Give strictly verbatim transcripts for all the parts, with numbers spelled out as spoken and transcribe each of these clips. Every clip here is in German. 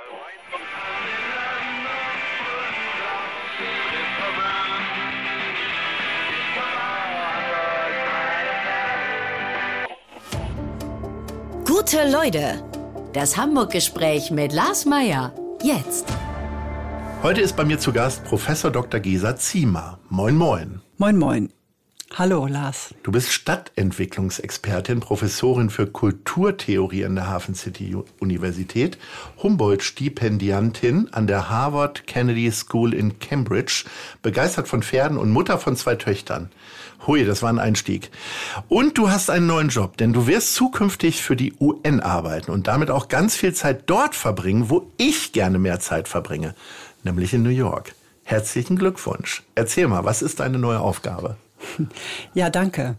Gute Leute, das Hamburg-Gespräch mit Lars Meier. Jetzt. Heute ist bei mir zu Gast Professor Doktor Gesa Ziemer. Moin, moin. Moin, moin. Hallo, Lars. Du bist Stadtentwicklungsexpertin, Professorin für Kulturtheorie an der Hafen City Universität, Humboldt-Stipendiantin an der Harvard Kennedy School in Cambridge, begeistert von Pferden und Mutter von zwei Töchtern. Hui, das war ein Einstieg. Und du hast einen neuen Job, denn du wirst zukünftig für die U N arbeiten und damit auch ganz viel Zeit dort verbringen, wo ich gerne mehr Zeit verbringe, nämlich in New York. Herzlichen Glückwunsch. Erzähl mal, was ist deine neue Aufgabe? Ja, danke.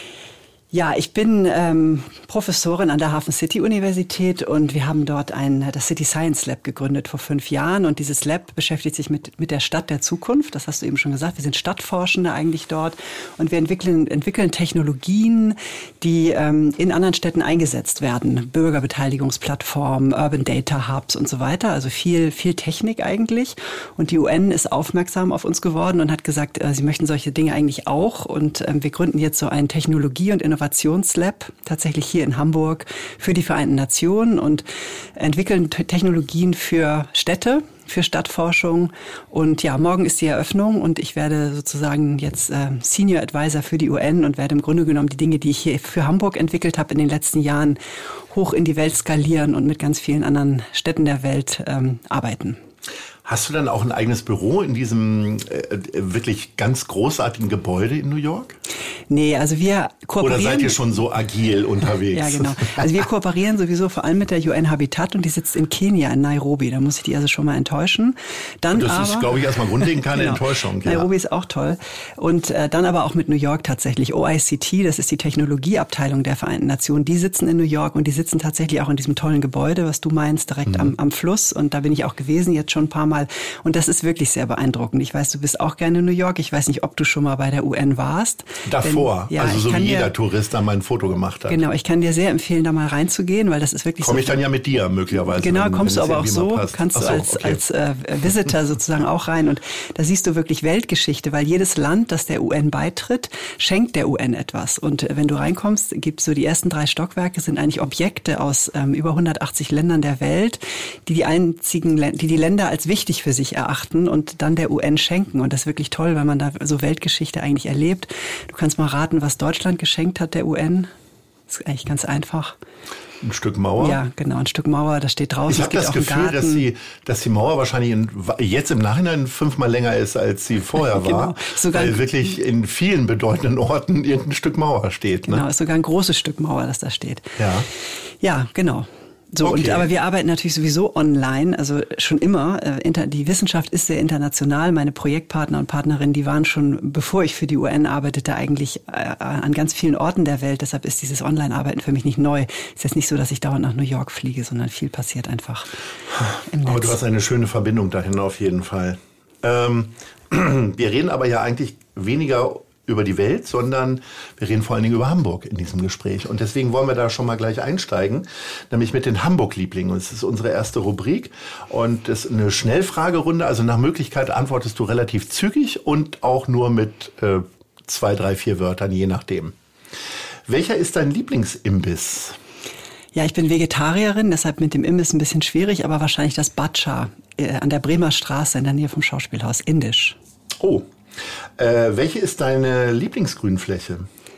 Ja, ich bin ähm, Professorin an der Hafen City Universität und wir haben dort ein, das City Science Lab gegründet vor fünf Jahren und dieses Lab beschäftigt sich mit, mit der Stadt der Zukunft. Das hast du eben schon gesagt. Wir sind Stadtforschende eigentlich dort und wir entwickeln, entwickeln Technologien, die ähm, in anderen Städten eingesetzt werden. Bürgerbeteiligungsplattformen, Urban Data Hubs und so weiter. Also viel, viel Technik eigentlich. Und die U N ist aufmerksam auf uns geworden und hat gesagt, äh, sie möchten solche Dinge eigentlich auch. Und ähm, wir gründen jetzt so ein Technologie- und Innovationslab tatsächlich hier in Hamburg für die Vereinten Nationen und entwickeln T- Technologien für Städte, für Stadtforschung. Und ja, morgen ist die Eröffnung und ich werde sozusagen jetzt äh, Senior Advisor für die U N und werde im Grunde genommen die Dinge, die ich hier für Hamburg entwickelt habe in den letzten Jahren, hoch in die Welt skalieren und mit ganz vielen anderen Städten der Welt ähm, arbeiten. Hast du dann auch ein eigenes Büro in diesem äh, wirklich ganz großartigen Gebäude in New York? Nee, also wir kooperieren. Oder seid ihr schon so agil unterwegs? Ja, genau. Also wir kooperieren sowieso vor allem mit der U N Habitat und die sitzt in Kenia, in Nairobi. Da muss ich die also schon mal enttäuschen. Dann das aber, ist, glaube ich, erstmal grundlegend keine genau. Enttäuschung. Ja. Nairobi ist auch toll. Und äh, dann aber auch mit New York tatsächlich. O I C T, das ist die Technologieabteilung der Vereinten Nationen, die sitzen in New York und die sitzen tatsächlich auch in diesem tollen Gebäude, was du meinst, direkt mhm. am, am Fluss. Und da bin ich auch gewesen, jetzt schon ein paar Mal. Und das ist wirklich sehr beeindruckend. Ich weiß, du bist auch gerne in New York. Ich weiß nicht, ob du schon mal bei der U N warst. Davor, Denn, ja, also so wie jeder dir, Tourist da mal ein Foto gemacht hat. Genau, ich kann dir sehr empfehlen, da mal reinzugehen, weil das ist wirklich Komme so. ich dann ja mit dir möglicherweise. Genau, wenn, kommst wenn du aber auch so, kannst so, du als, okay. als äh, Visitor sozusagen auch rein. Und da siehst du wirklich Weltgeschichte, weil jedes Land, das der U N beitritt, schenkt der U N etwas. Und wenn du reinkommst, gibt's so die ersten drei Stockwerke, sind eigentlich Objekte aus ähm, über hundertachtzig Ländern der Welt, die die einzigen, die die Länder als wichtig für sich erachten und dann der U N schenken. Und das ist wirklich toll, weil man da so Weltgeschichte eigentlich erlebt. Du kannst mal raten, was Deutschland geschenkt hat der U N. Das ist eigentlich ganz einfach. Ein Stück Mauer? Ja, genau, ein Stück Mauer, das steht draußen. Ich habe das Gefühl, dass die, dass die Mauer wahrscheinlich in, jetzt im Nachhinein fünfmal länger ist, als sie vorher war. Genau. Sogar weil wirklich in vielen bedeutenden Orten irgendein Stück Mauer steht. Genau, ne? ist sogar ein großes Stück Mauer, das da steht. Ja. Ja, genau. So, okay. Und, aber wir arbeiten natürlich sowieso online, also schon immer. Die Wissenschaft ist sehr international. Meine Projektpartner und Partnerinnen, die waren schon, bevor ich für die U N arbeitete, eigentlich an ganz vielen Orten der Welt. Deshalb ist dieses Online-Arbeiten für mich nicht neu. Ist jetzt nicht so, dass ich dauernd nach New York fliege, sondern viel passiert einfach im Netz. Aber du hast eine schöne Verbindung dahin auf jeden Fall. Ähm, wir reden aber ja eigentlich weniger über die Welt, sondern wir reden vor allen Dingen über Hamburg in diesem Gespräch. Und deswegen wollen wir da schon mal gleich einsteigen, nämlich mit den Hamburg-Lieblingen. Und das ist unsere erste Rubrik und das ist eine Schnellfragerunde. Also nach Möglichkeit antwortest du relativ zügig und auch nur mit äh, zwei, drei, vier Wörtern, je nachdem. Welcher ist dein Lieblingsimbiss? Ja, ich bin Vegetarierin, deshalb mit dem Imbiss ein bisschen schwierig, aber wahrscheinlich das Bacha äh, an der Bremer Straße in der Nähe vom Schauspielhaus, indisch. Oh, Äh, welche ist deine Lieblingsgrünfläche?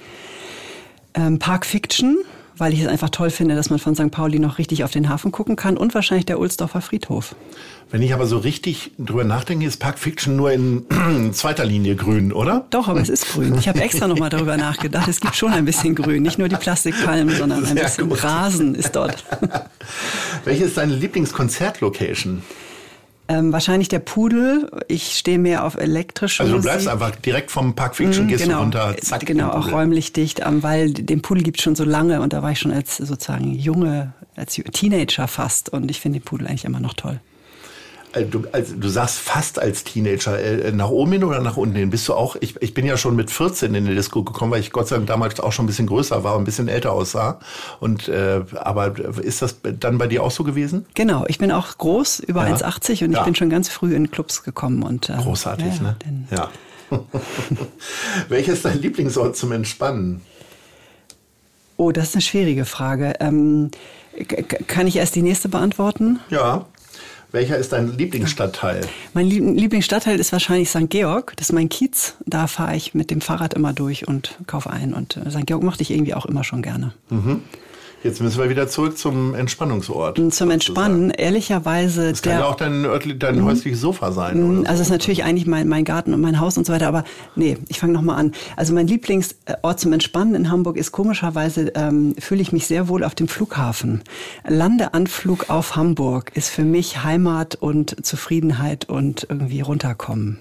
Ähm, Park Fiction, weil ich es einfach toll finde, dass man von Sankt Pauli noch richtig auf den Hafen gucken kann und wahrscheinlich der Ohlsdorfer Friedhof. Wenn ich aber so richtig drüber nachdenke, ist Park Fiction nur in zweiter Linie grün, oder? Doch, aber es ist grün. Ich habe extra nochmal darüber nachgedacht. Es gibt schon ein bisschen Grün, nicht nur die Plastikpalmen, sondern ein Sehr bisschen gut. Rasen ist dort. Welche ist deine Lieblingskonzertlocation? Ähm, wahrscheinlich der Pudel. Ich stehe mehr auf elektrische Also du Musik. bleibst einfach direkt vom Park Fiction, mm, gehst genau, du runter, zack. Genau, auch räumlich dicht, weil den Pudel gibt es schon so lange und da war ich schon als sozusagen junge, als Teenager fast und ich finde den Pudel eigentlich immer noch toll. Du, also, du sagst fast als Teenager, äh, nach oben hin oder nach unten hin? Bist du auch, ich, ich bin ja schon mit vierzehn in die Disco gekommen, weil ich Gott sei Dank damals auch schon ein bisschen größer war und ein bisschen älter aussah. Und, äh, aber ist das dann bei dir auch so gewesen? Genau, ich bin auch groß, über ja. eins Komma achtzig und ich ja. bin schon ganz früh in Clubs gekommen. Und, äh, großartig, ja, ne? Ja. Welches ist dein Lieblingsort zum Entspannen? Oh, das ist eine schwierige Frage. Ähm, kann ich erst die nächste beantworten? Ja. Welcher ist dein Lieblingsstadtteil? Mein Lieblingsstadtteil ist wahrscheinlich Sankt Georg. Das ist mein Kiez. Da fahre ich mit dem Fahrrad immer durch und kaufe ein. Und Sankt Georg mochte ich irgendwie auch immer schon gerne. Mhm. Jetzt müssen wir wieder zurück zum Entspannungsort. Und zum Entspannen, ehrlicherweise... Das kann der, ja auch dein, örtlich, dein mm, häusliches Sofa sein. Oder also es so. ist natürlich eigentlich mein, mein Garten und mein Haus und so weiter, aber nee, ich fange nochmal an. Also mein Lieblingsort zum Entspannen in Hamburg ist komischerweise, ähm, fühle ich mich sehr wohl auf dem Flughafen. Landeanflug auf Hamburg ist für mich Heimat und Zufriedenheit und irgendwie runterkommen.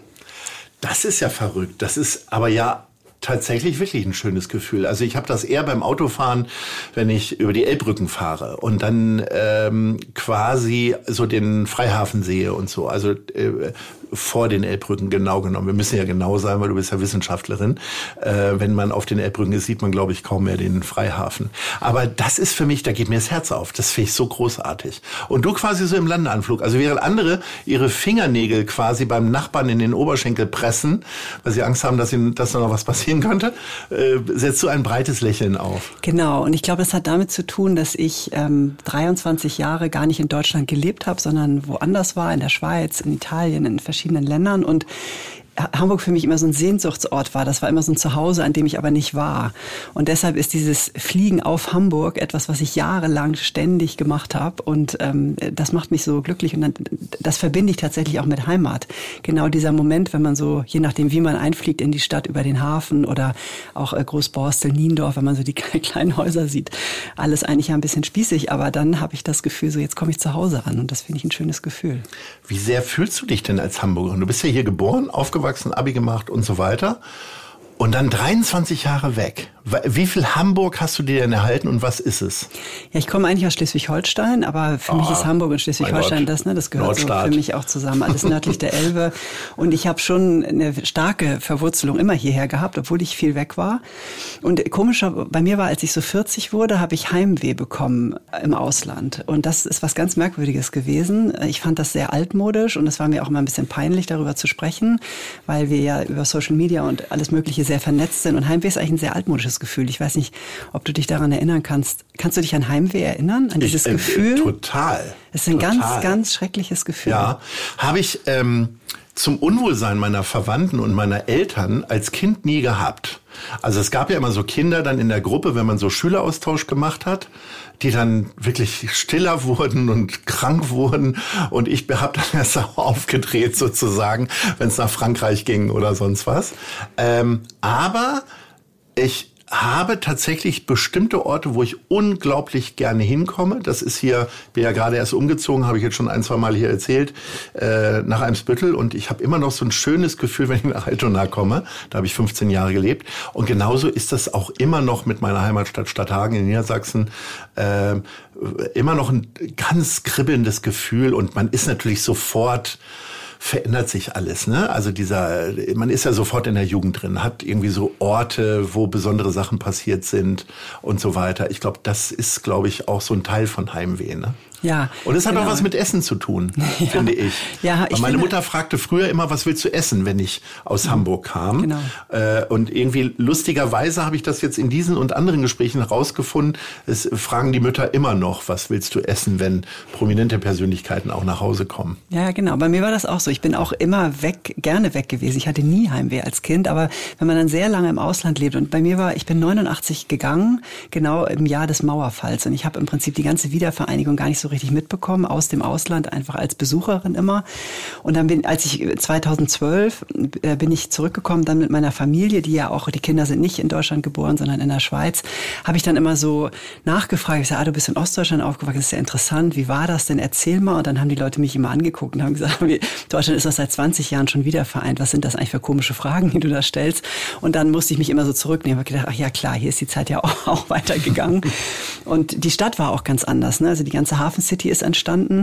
Das ist ja verrückt. Das ist aber ja... tatsächlich wirklich ein schönes Gefühl. Also ich habe das eher beim Autofahren, wenn ich über die Elbbrücken fahre und dann ähm, quasi so den Freihafen sehe und so. Also äh, vor den Elbbrücken genau genommen. Wir müssen ja genau sein, weil du bist ja Wissenschaftlerin. Äh, wenn man auf den Elbbrücken ist, sieht man, glaube ich, kaum mehr den Freihafen. Aber das ist für mich, da geht mir das Herz auf. Das finde ich so großartig. Und du quasi so im Landeanflug. Also während andere ihre Fingernägel quasi beim Nachbarn in den Oberschenkel pressen, weil sie Angst haben, dass ihnen, dass da noch was passieren könnte, äh, setzt du ein breites Lächeln auf. Genau. Und ich glaube, das hat damit zu tun, dass ich ähm, dreiundzwanzig Jahre gar nicht in Deutschland gelebt habe, sondern woanders war, in der Schweiz, in Italien, in verschiedenen Ländern und Hamburg für mich immer so ein Sehnsuchtsort war. Das war immer so ein Zuhause, an dem ich aber nicht war. Und deshalb ist dieses Fliegen auf Hamburg etwas, was ich jahrelang ständig gemacht habe. Und ähm, das macht mich so glücklich. Und dann, das verbinde ich tatsächlich auch mit Heimat. Genau dieser Moment, wenn man so, je nachdem wie man einfliegt in die Stadt über den Hafen oder auch äh, Großborstel, Niendorf, wenn man so die kleinen Häuser sieht. Alles eigentlich ja ein bisschen spießig. Aber dann habe ich das Gefühl, so jetzt komme ich zu Hause an. Und das finde ich ein schönes Gefühl. Wie sehr fühlst du dich denn als Hamburgerin? Du bist ja hier geboren, aufgewachsen, Abi gemacht und so weiter. Und dann dreiundzwanzig Jahre weg. Wie viel Hamburg hast du dir denn erhalten und was ist es? Ja, ich komme eigentlich aus Schleswig-Holstein, aber für oh, mich ist Hamburg und Schleswig-Holstein das, ne, das gehört Nordstaat. So für mich auch zusammen. Alles nördlich der Elbe. Und ich habe schon eine starke Verwurzelung immer hierher gehabt, obwohl ich viel weg war. Und komischer, bei mir war, als ich so vierzig wurde, habe ich Heimweh bekommen im Ausland. Und das ist was ganz Merkwürdiges gewesen. Ich fand das sehr altmodisch und es war mir auch immer ein bisschen peinlich, darüber zu sprechen, weil wir ja über Social Media und alles Mögliche sehr vernetzt sind. Und Heimweh ist eigentlich ein sehr altmodisches Gefühl. Ich weiß nicht, ob du dich daran erinnern kannst. Kannst du dich an Heimweh erinnern? An dieses ich, äh, Gefühl? Total. Es ist ein total. ganz, ganz schreckliches Gefühl. Ja, habe ich ähm, zum Unwohlsein meiner Verwandten und meiner Eltern als Kind nie gehabt. Also es gab ja immer so Kinder dann in der Gruppe, wenn man so Schüleraustausch gemacht hat, die dann wirklich stiller wurden und krank wurden. Und ich habe dann erst aufgedreht sozusagen, wenn es nach Frankreich ging oder sonst was. Ähm, aber ich habe tatsächlich bestimmte Orte, wo ich unglaublich gerne hinkomme. Das ist hier, bin ja gerade erst umgezogen, habe ich jetzt schon ein, zwei Mal hier erzählt, äh, nach Eimsbüttel. Und ich habe immer noch so ein schönes Gefühl, wenn ich nach Altona komme. Da habe ich fünfzehn Jahre gelebt. Und genauso ist das auch immer noch mit meiner Heimatstadt Stadthagen in Niedersachsen. Äh, immer noch ein ganz kribbelndes Gefühl. Und man ist natürlich sofort... verändert sich alles, ne? Also dieser, man ist ja sofort in der Jugend drin, hat irgendwie so Orte, wo besondere Sachen passiert sind und so weiter. Ich glaube, das ist, glaube ich, auch so ein Teil von Heimweh, ne? Ja. Und es hat genau. auch was mit Essen zu tun, ja. finde ich. Ja, ich Weil meine finde, Mutter fragte früher immer, was willst du essen, wenn ich aus mhm. Hamburg kam? Genau. Äh, und irgendwie lustigerweise habe ich das jetzt in diesen und anderen Gesprächen herausgefunden. Es fragen die Mütter immer noch, was willst du essen, wenn prominente Persönlichkeiten auch nach Hause kommen? Ja, genau. Bei mir war das auch so. Ich bin auch immer weg, gerne weg gewesen. Ich hatte nie Heimweh als Kind, aber wenn man dann sehr lange im Ausland lebt und bei mir war, ich bin neunundachtzig gegangen, genau im Jahr des Mauerfalls und ich habe im Prinzip die ganze Wiedervereinigung gar nicht so richtig mitbekommen, aus dem Ausland, einfach als Besucherin immer. Und dann bin, als ich zweitausendzwölf äh, bin ich zurückgekommen, dann mit meiner Familie, die ja auch, die Kinder sind nicht in Deutschland geboren, sondern in der Schweiz, habe ich dann immer so nachgefragt. Ich sage, ah, du bist in Ostdeutschland aufgewachsen, das ist ja interessant. Wie war das denn? Erzähl mal. Und dann haben die Leute mich immer angeguckt und haben gesagt, Deutschland ist das seit zwanzig Jahren schon wieder vereint. Was sind das eigentlich für komische Fragen, die du da stellst? Und dann musste ich mich immer so zurücknehmen. Ich habe gedacht, ach ja klar, hier ist die Zeit ja auch, auch weitergegangen. Und die Stadt war auch ganz anders, ne? Also die ganze Hafen City ist entstanden.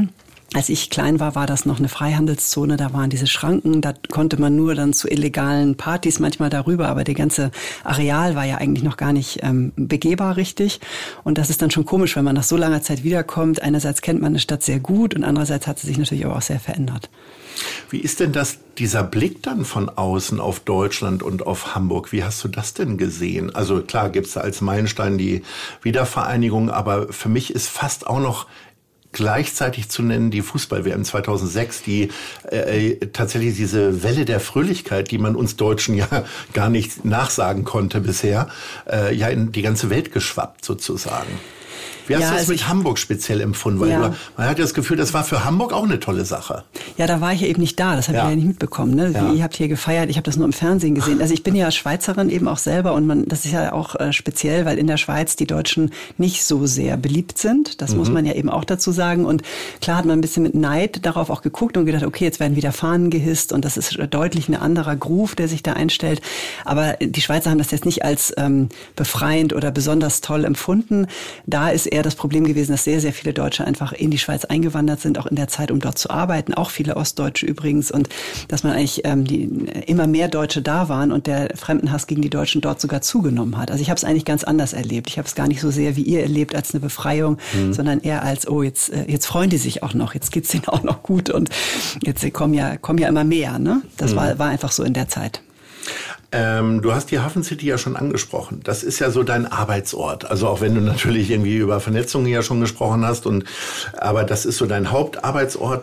Als ich klein war, war das noch eine Freihandelszone, da waren diese Schranken, da konnte man nur dann zu illegalen Partys manchmal darüber, aber der ganze Areal war ja eigentlich noch gar nicht ähm, begehbar richtig. Und das ist dann schon komisch, wenn man nach so langer Zeit wiederkommt. Einerseits kennt man eine Stadt sehr gut und andererseits hat sie sich natürlich aber auch sehr verändert. Wie ist denn das, dieser Blick dann von außen auf Deutschland und auf Hamburg? Wie hast du das denn gesehen? Also klar gibt's da als Meilenstein die Wiedervereinigung, aber für mich ist fast auch noch gleichzeitig zu nennen die Fußball-W M zweitausendsechs, die äh, tatsächlich diese Welle der Fröhlichkeit, die man uns Deutschen ja gar nicht nachsagen konnte bisher, äh, ja in die ganze Welt geschwappt sozusagen. Wie hast ja, du das also mit ich, Hamburg speziell empfunden? Weil ja. du, man hat ja das Gefühl, das war für Hamburg auch eine tolle Sache. Ja, da war ich ja eben nicht da. Das habe ja. ich ja nicht mitbekommen. Ne? Ja. Ihr habt hier gefeiert, ich habe das nur im Fernsehen gesehen. Also ich bin ja Schweizerin eben auch selber und man, das ist ja auch äh, speziell, weil in der Schweiz die Deutschen nicht so sehr beliebt sind. Das mhm. muss man ja eben auch dazu sagen. Und klar hat man ein bisschen mit Neid darauf auch geguckt und gedacht, okay, jetzt werden wieder Fahnen gehisst und das ist deutlich ein anderer Groove, der sich da einstellt. Aber die Schweizer haben das jetzt nicht als ähm, befreiend oder besonders toll empfunden. Da ist eher das Problem gewesen, dass sehr, sehr viele Deutsche einfach in die Schweiz eingewandert sind, auch in der Zeit, um dort zu arbeiten, auch viele Ostdeutsche übrigens, und dass man eigentlich ähm, die, immer mehr Deutsche da waren und der Fremdenhass gegen die Deutschen dort sogar zugenommen hat. Also ich habe es eigentlich ganz anders erlebt. Ich habe es gar nicht so sehr wie ihr erlebt als eine Befreiung, mhm. sondern eher als, oh, jetzt, jetzt freuen die sich auch noch, jetzt geht's denen auch noch gut und jetzt kommen ja, kommen ja immer mehr. Ne? Das mhm. war, war einfach so in der Zeit. Ähm, du hast die Hafen City ja schon angesprochen. Das ist ja so dein Arbeitsort. Also auch wenn du natürlich irgendwie über Vernetzungen ja schon gesprochen hast. Und aber das ist so dein Hauptarbeitsort.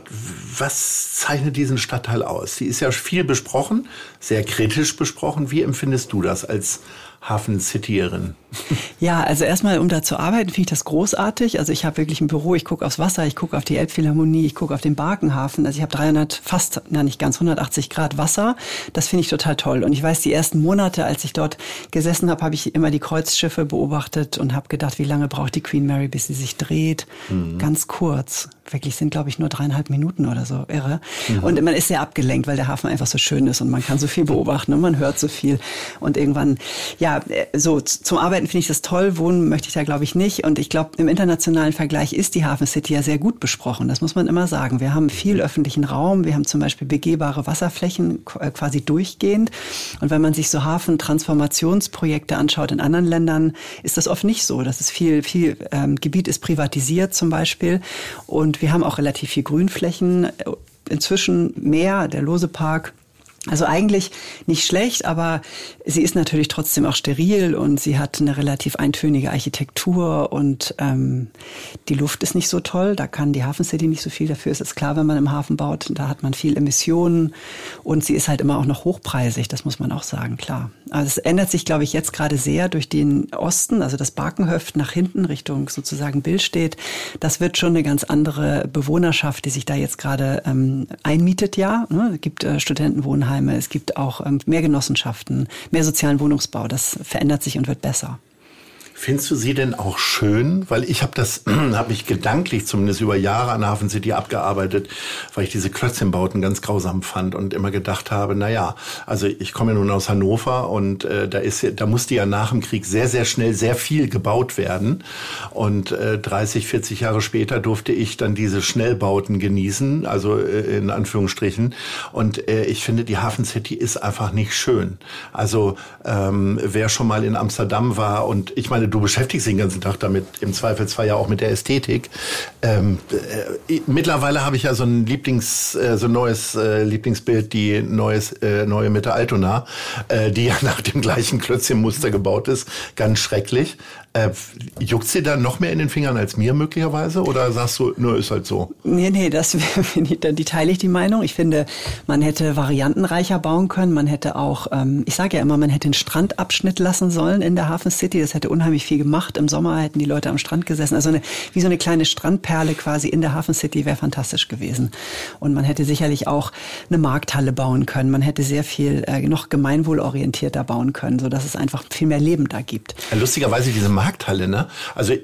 Was zeichnet diesen Stadtteil aus? Sie ist ja viel besprochen, sehr kritisch besprochen. Wie empfindest du das als Hafen Cityerin? Ja, also erstmal, um da zu arbeiten, finde ich das großartig. Also ich habe wirklich ein Büro, ich gucke aufs Wasser, ich gucke auf die Elbphilharmonie, ich gucke auf den Barkenhafen. Also ich habe dreihundert, fast, na nicht ganz, hundertachtzig Grad Wasser. Das finde ich total toll. Und ich weiß, die ersten Monate, als ich dort gesessen habe, habe ich immer die Kreuzschiffe beobachtet und habe gedacht, wie lange braucht die Queen Mary, bis sie sich dreht? Mhm. Ganz kurz. Wirklich sind, glaube ich, nur dreieinhalb Minuten oder so. Irre. Mhm. Und man ist sehr abgelenkt, weil der Hafen einfach so schön ist und man kann so viel beobachten und man hört so viel. Und irgendwann, ja, so zum Arbeiten finde ich das toll. Wohnen möchte ich da, glaube ich, nicht. Und ich glaube, im internationalen Vergleich ist die Hafen City ja sehr gut besprochen. Das muss man immer sagen. Wir haben viel öffentlichen Raum. Wir haben zum Beispiel begehbare Wasserflächen quasi durchgehend. Und wenn man sich so Hafentransformationsprojekte anschaut in anderen Ländern, ist das oft nicht so. Das ist viel, viel ähm, Gebiet ist privatisiert zum Beispiel. Und wir haben auch relativ viel Grünflächen. Inzwischen mehr, der Lose-Park. Also eigentlich nicht schlecht, aber sie ist natürlich trotzdem auch steril und sie hat eine relativ eintönige Architektur und ähm, die Luft ist nicht so toll. Da kann die Hafen City nicht so viel. Dafür ist es klar, wenn man im Hafen baut, da hat man viel Emissionen und sie ist halt immer auch noch hochpreisig. Das muss man auch sagen, klar. Also es ändert sich, glaube ich, jetzt gerade sehr durch den Osten, also das Barkenhöft nach hinten Richtung sozusagen Billstedt. Das wird schon eine ganz andere Bewohnerschaft, die sich da jetzt gerade ähm, einmietet, ja. Ne? Es gibt äh, Studentenwohnheime. Es gibt auch ähm, mehr Genossenschaften, mehr sozialen Wohnungsbau. Das verändert sich und wird besser. Findest du sie denn auch schön? Weil ich habe das, habe mich gedanklich zumindest über Jahre an der Hafen City abgearbeitet, weil ich diese Klötzchenbauten ganz grausam fand und immer gedacht habe, na ja, also ich komme ja nun aus Hannover und äh, da ist, da musste ja nach dem Krieg sehr, sehr schnell sehr viel gebaut werden und äh, dreißig, vierzig Jahre später durfte ich dann diese Schnellbauten genießen, also äh, in Anführungsstrichen. Und äh, ich finde, die Hafen City ist einfach nicht schön. Also ähm, wer schon mal in Amsterdam war und ich meine, du beschäftigst dich den ganzen Tag damit, im Zweifelsfall ja auch mit der Ästhetik. Ähm, äh, mittlerweile habe ich ja so ein Lieblings, äh, so ein neues äh, Lieblingsbild, die neues, äh, neue Mitte Altona, äh, die ja nach dem gleichen Klötzchenmuster gebaut ist. Ganz schrecklich. Äh, juckt sie da noch mehr in den Fingern als mir möglicherweise? Oder sagst du, nur ist halt so? Nee, nee, das, die teile ich die Meinung. Ich finde, man hätte variantenreicher bauen können. Man hätte auch, ähm, ich sage ja immer, man hätte einen Strandabschnitt lassen sollen in der Hafen City. Das hätte unheimlich viel gemacht. Im Sommer hätten die Leute am Strand gesessen. Also eine, wie so eine kleine Strandperle quasi in der Hafen City wäre fantastisch gewesen. Und man hätte sicherlich auch eine Markthalle bauen können. Man hätte sehr viel äh, noch gemeinwohlorientierter bauen können, sodass es einfach viel mehr Leben da gibt. Ja, lustigerweise diese Markthalle, ne? Also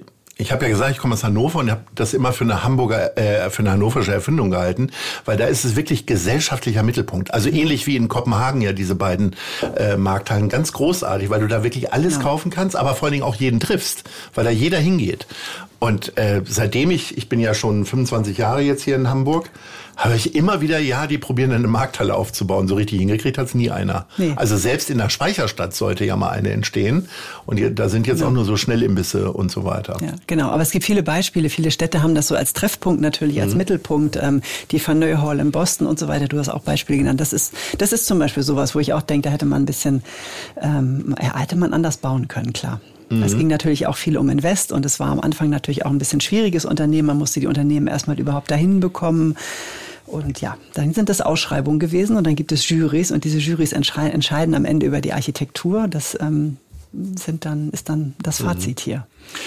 Ich habe ja gesagt, ich komme aus Hannover und habe das immer für eine Hamburger, äh, für eine hannoversche Erfindung gehalten, weil da ist es wirklich gesellschaftlicher Mittelpunkt. Also ähnlich wie in Kopenhagen ja diese beiden äh, Markthallen, ganz großartig, weil du da wirklich alles ja. kaufen kannst, aber vor allen Dingen auch jeden triffst, weil da jeder hingeht. Und äh, seitdem ich, ich bin ja schon fünfundzwanzig Jahre jetzt hier in Hamburg, habe ich immer wieder, ja, die probieren eine Markthalle aufzubauen. So richtig hingekriegt hat es nie einer. Nee. Also selbst in der Speicherstadt sollte ja mal eine entstehen. Und hier, da sind jetzt ja. auch nur so Schnellimbisse und so weiter. Ja, genau. Aber es gibt viele Beispiele. Viele Städte haben das so als Treffpunkt natürlich, als mhm. Mittelpunkt. Ähm, die Faneuil Hall in Boston und so weiter. Du hast auch Beispiele genannt. Das ist, das ist zum Beispiel sowas, wo ich auch denke, da hätte man ein bisschen, ähm, hätte man anders bauen können, klar. Es ging natürlich auch viel um Invest und es war am Anfang natürlich auch ein bisschen schwieriges Unternehmen. Man musste die Unternehmen erstmal überhaupt dahin bekommen. Und ja, dann sind das Ausschreibungen gewesen und dann gibt es Jurys und diese Jurys entscheiden am Ende über die Architektur. Das ähm, sind dann, ist dann das Fazit hier.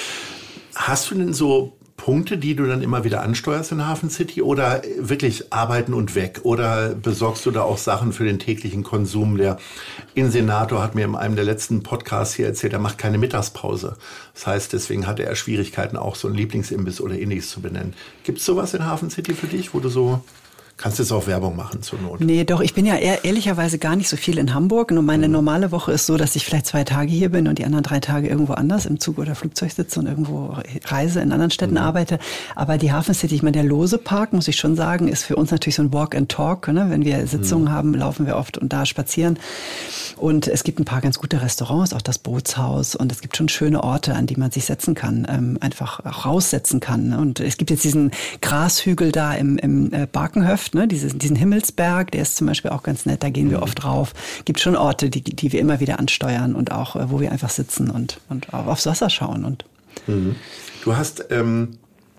Hast du denn so Punkte, die du dann immer wieder ansteuerst in Hafen City oder wirklich arbeiten und weg? Oder besorgst du da auch Sachen für den täglichen Konsum? Der Insenator hat mir in einem der letzten Podcasts hier erzählt, er macht keine Mittagspause. Das heißt, deswegen hatte er Schwierigkeiten, auch so einen Lieblingsimbiss oder ähnliches zu benennen. Gibt es sowas in Hafen City für dich, wo du so... Kannst jetzt auch Werbung machen zur Not? Nee, doch. Ich bin ja eher, ehrlicherweise gar nicht so viel in Hamburg. Nur meine mhm. normale Woche ist so, dass ich vielleicht zwei Tage hier bin und die anderen drei Tage irgendwo anders im Zug oder Flugzeug sitze und irgendwo reise, in anderen Städten mhm. arbeite. Aber die Hafen City, ich meine, der Lose Park, muss ich schon sagen, ist für uns natürlich so ein Walk and Talk. Ne? Wenn wir Sitzungen mhm. haben, laufen wir oft und da spazieren. Und es gibt ein paar ganz gute Restaurants, auch das Bootshaus. Und es gibt schon schöne Orte, an die man sich setzen kann, ähm, einfach auch raussetzen kann. Ne? Und es gibt jetzt diesen Grashügel da im, im äh, Barkenhöft, ne? diesen, diesen Himmelsberg, der ist zum Beispiel auch ganz nett, da gehen wir oft drauf. Gibt schon Orte, die, die wir immer wieder ansteuern und auch, äh, wo wir einfach sitzen und, und aufs Wasser schauen. Und mhm. Du hast ähm,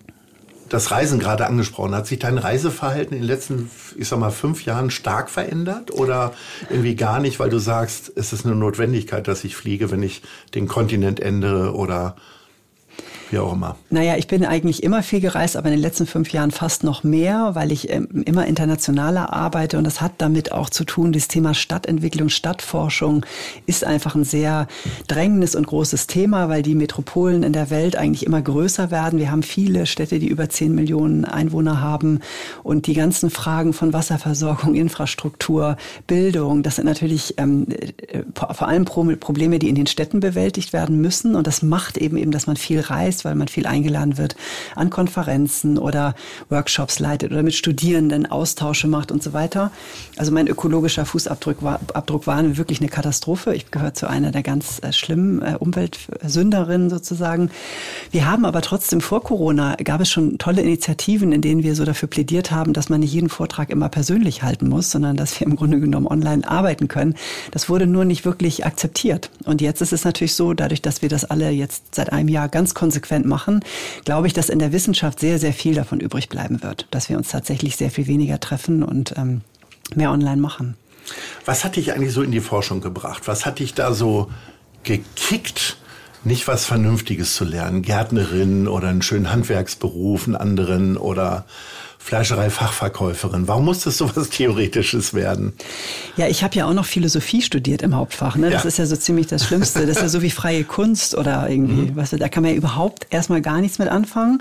das Reisen gerade angesprochen. Hat sich dein Reiseverhalten in den letzten, ich sag mal, fünf Jahren stark verändert oder irgendwie gar nicht, weil du sagst, es ist eine Notwendigkeit, dass ich fliege, wenn ich den Kontinent ändere oder wie auch immer? Naja, ich bin eigentlich immer viel gereist, aber in den letzten fünf Jahren fast noch mehr, weil ich ähm, immer internationaler arbeite und das hat damit auch zu tun, das Thema Stadtentwicklung, Stadtforschung ist einfach ein sehr drängendes und großes Thema, weil die Metropolen in der Welt eigentlich immer größer werden. Wir haben viele Städte, die über zehn Millionen Einwohner haben und die ganzen Fragen von Wasserversorgung, Infrastruktur, Bildung, das sind natürlich ähm, vor allem Probleme, die in den Städten bewältigt werden müssen und das macht eben eben, dass man viel reist, weil man viel eingeladen wird an Konferenzen oder Workshops leitet oder mit Studierenden Austausche macht und so weiter. Also mein ökologischer Fußabdruck war, Abdruck war wirklich eine Katastrophe. Ich gehöre zu einer der ganz äh, schlimmen äh, Umweltsünderinnen sozusagen. Wir haben aber trotzdem vor Corona, gab es schon tolle Initiativen, in denen wir so dafür plädiert haben, dass man nicht jeden Vortrag immer persönlich halten muss, sondern dass wir im Grunde genommen online arbeiten können. Das wurde nur nicht wirklich akzeptiert. Und jetzt ist es natürlich so, dadurch, dass wir das alle jetzt seit einem Jahr ganz konsequent machen, glaube ich, dass in der Wissenschaft sehr, sehr viel davon übrig bleiben wird, dass wir uns tatsächlich sehr viel weniger treffen und ähm, mehr online machen. Was hat dich eigentlich so in die Forschung gebracht? Was hat dich da so gekickt, nicht was Vernünftiges zu lernen? Gärtnerin oder einen schönen Handwerksberuf, einen anderen oder Fleischerei-Fachverkäuferin. Warum muss das so was Theoretisches werden? Ja, ich habe ja auch noch Philosophie studiert im Hauptfach. Ne? Das ja. ist ja so ziemlich das Schlimmste. Das ist ja so wie freie Kunst oder irgendwie. Mhm. Weißt du, da kann man ja überhaupt erstmal gar nichts mit anfangen.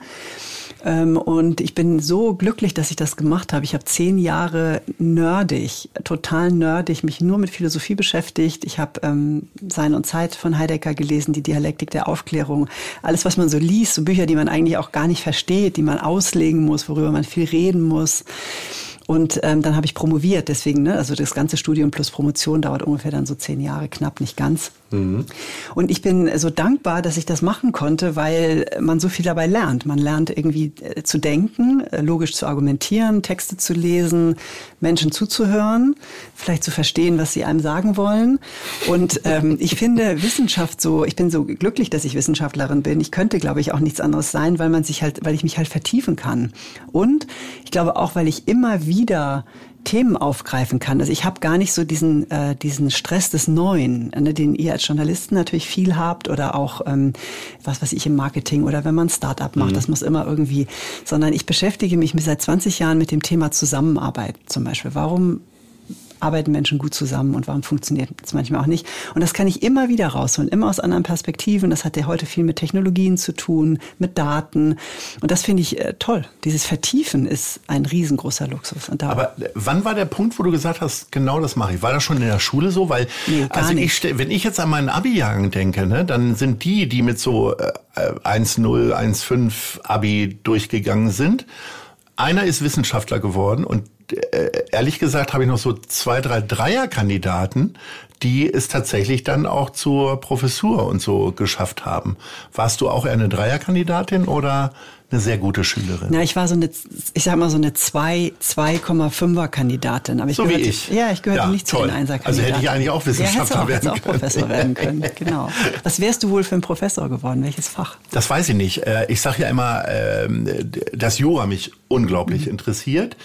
Und ich bin so glücklich, dass ich das gemacht habe. Ich habe zehn Jahre nerdig, total nerdig, mich nur mit Philosophie beschäftigt. Ich habe ähm, Sein und Zeit von Heidegger gelesen, die Dialektik der Aufklärung. Alles, was man so liest, so Bücher, die man eigentlich auch gar nicht versteht, die man auslegen muss, worüber man viel reden muss. Und ähm, dann habe ich promoviert, deswegen, ne, also das ganze Studium plus Promotion dauert ungefähr dann so zehn Jahre, knapp, nicht ganz. Mhm. Und ich bin so dankbar, dass ich das machen konnte, weil man so viel dabei lernt. Man lernt irgendwie äh, zu denken, äh, logisch zu argumentieren, Texte zu lesen, Menschen zuzuhören, vielleicht zu verstehen, was sie einem sagen wollen. Und ähm, ich finde Wissenschaft so, ich bin so glücklich, dass ich Wissenschaftlerin bin. Ich könnte, glaube ich, auch nichts anderes sein, weil man sich halt, weil ich mich halt vertiefen kann. Und ich glaube auch, weil ich immer wieder wieder Themen aufgreifen kann. Also ich habe gar nicht so diesen äh, diesen Stress des Neuen, ne, den ihr als Journalisten natürlich viel habt oder auch ähm, was weiß ich im Marketing oder wenn man ein Start-up macht, mhm. das muss immer irgendwie, sondern ich beschäftige mich seit zwanzig Jahren mit dem Thema Zusammenarbeit zum Beispiel. Warum arbeiten Menschen gut zusammen und warum funktioniert es manchmal auch nicht. Und das kann ich immer wieder rausholen, immer aus anderen Perspektiven. Das hat ja heute viel mit Technologien zu tun, mit Daten. Und das finde ich äh, toll. Dieses Vertiefen ist ein riesengroßer Luxus. Und da Aber wann war der Punkt, wo du gesagt hast, genau das mache ich? War das schon in der Schule so? Weil, nee, gar also nicht. ich, wenn ich jetzt an meinen Abi-Jahrgang denke, ne, dann sind die, die mit so äh, eins null, eins fünf Abi durchgegangen sind. Einer ist Wissenschaftler geworden und äh, ehrlich gesagt habe ich noch so zwei, drei Dreierkandidaten, die es tatsächlich dann auch zur Professur und so geschafft haben. Warst du auch eher eine Dreierkandidatin oder eine sehr gute Schülerin? Na, ich war so eine, ich sag mal so eine zwei Komma fünfer Kandidatin. Aber ich so gehörte, wie ich. Ja, ich gehörte ja, nicht toll. zu den Einser-Kandidaten. Also hätte ich eigentlich auch Wissenschaftler ja, auch, werden auch können. Professor werden können. Genau. Was wärst du wohl für ein Professor geworden? Welches Fach? Das weiß ich nicht. Ich sage ja immer, dass Jura mich unglaublich mhm. interessiert.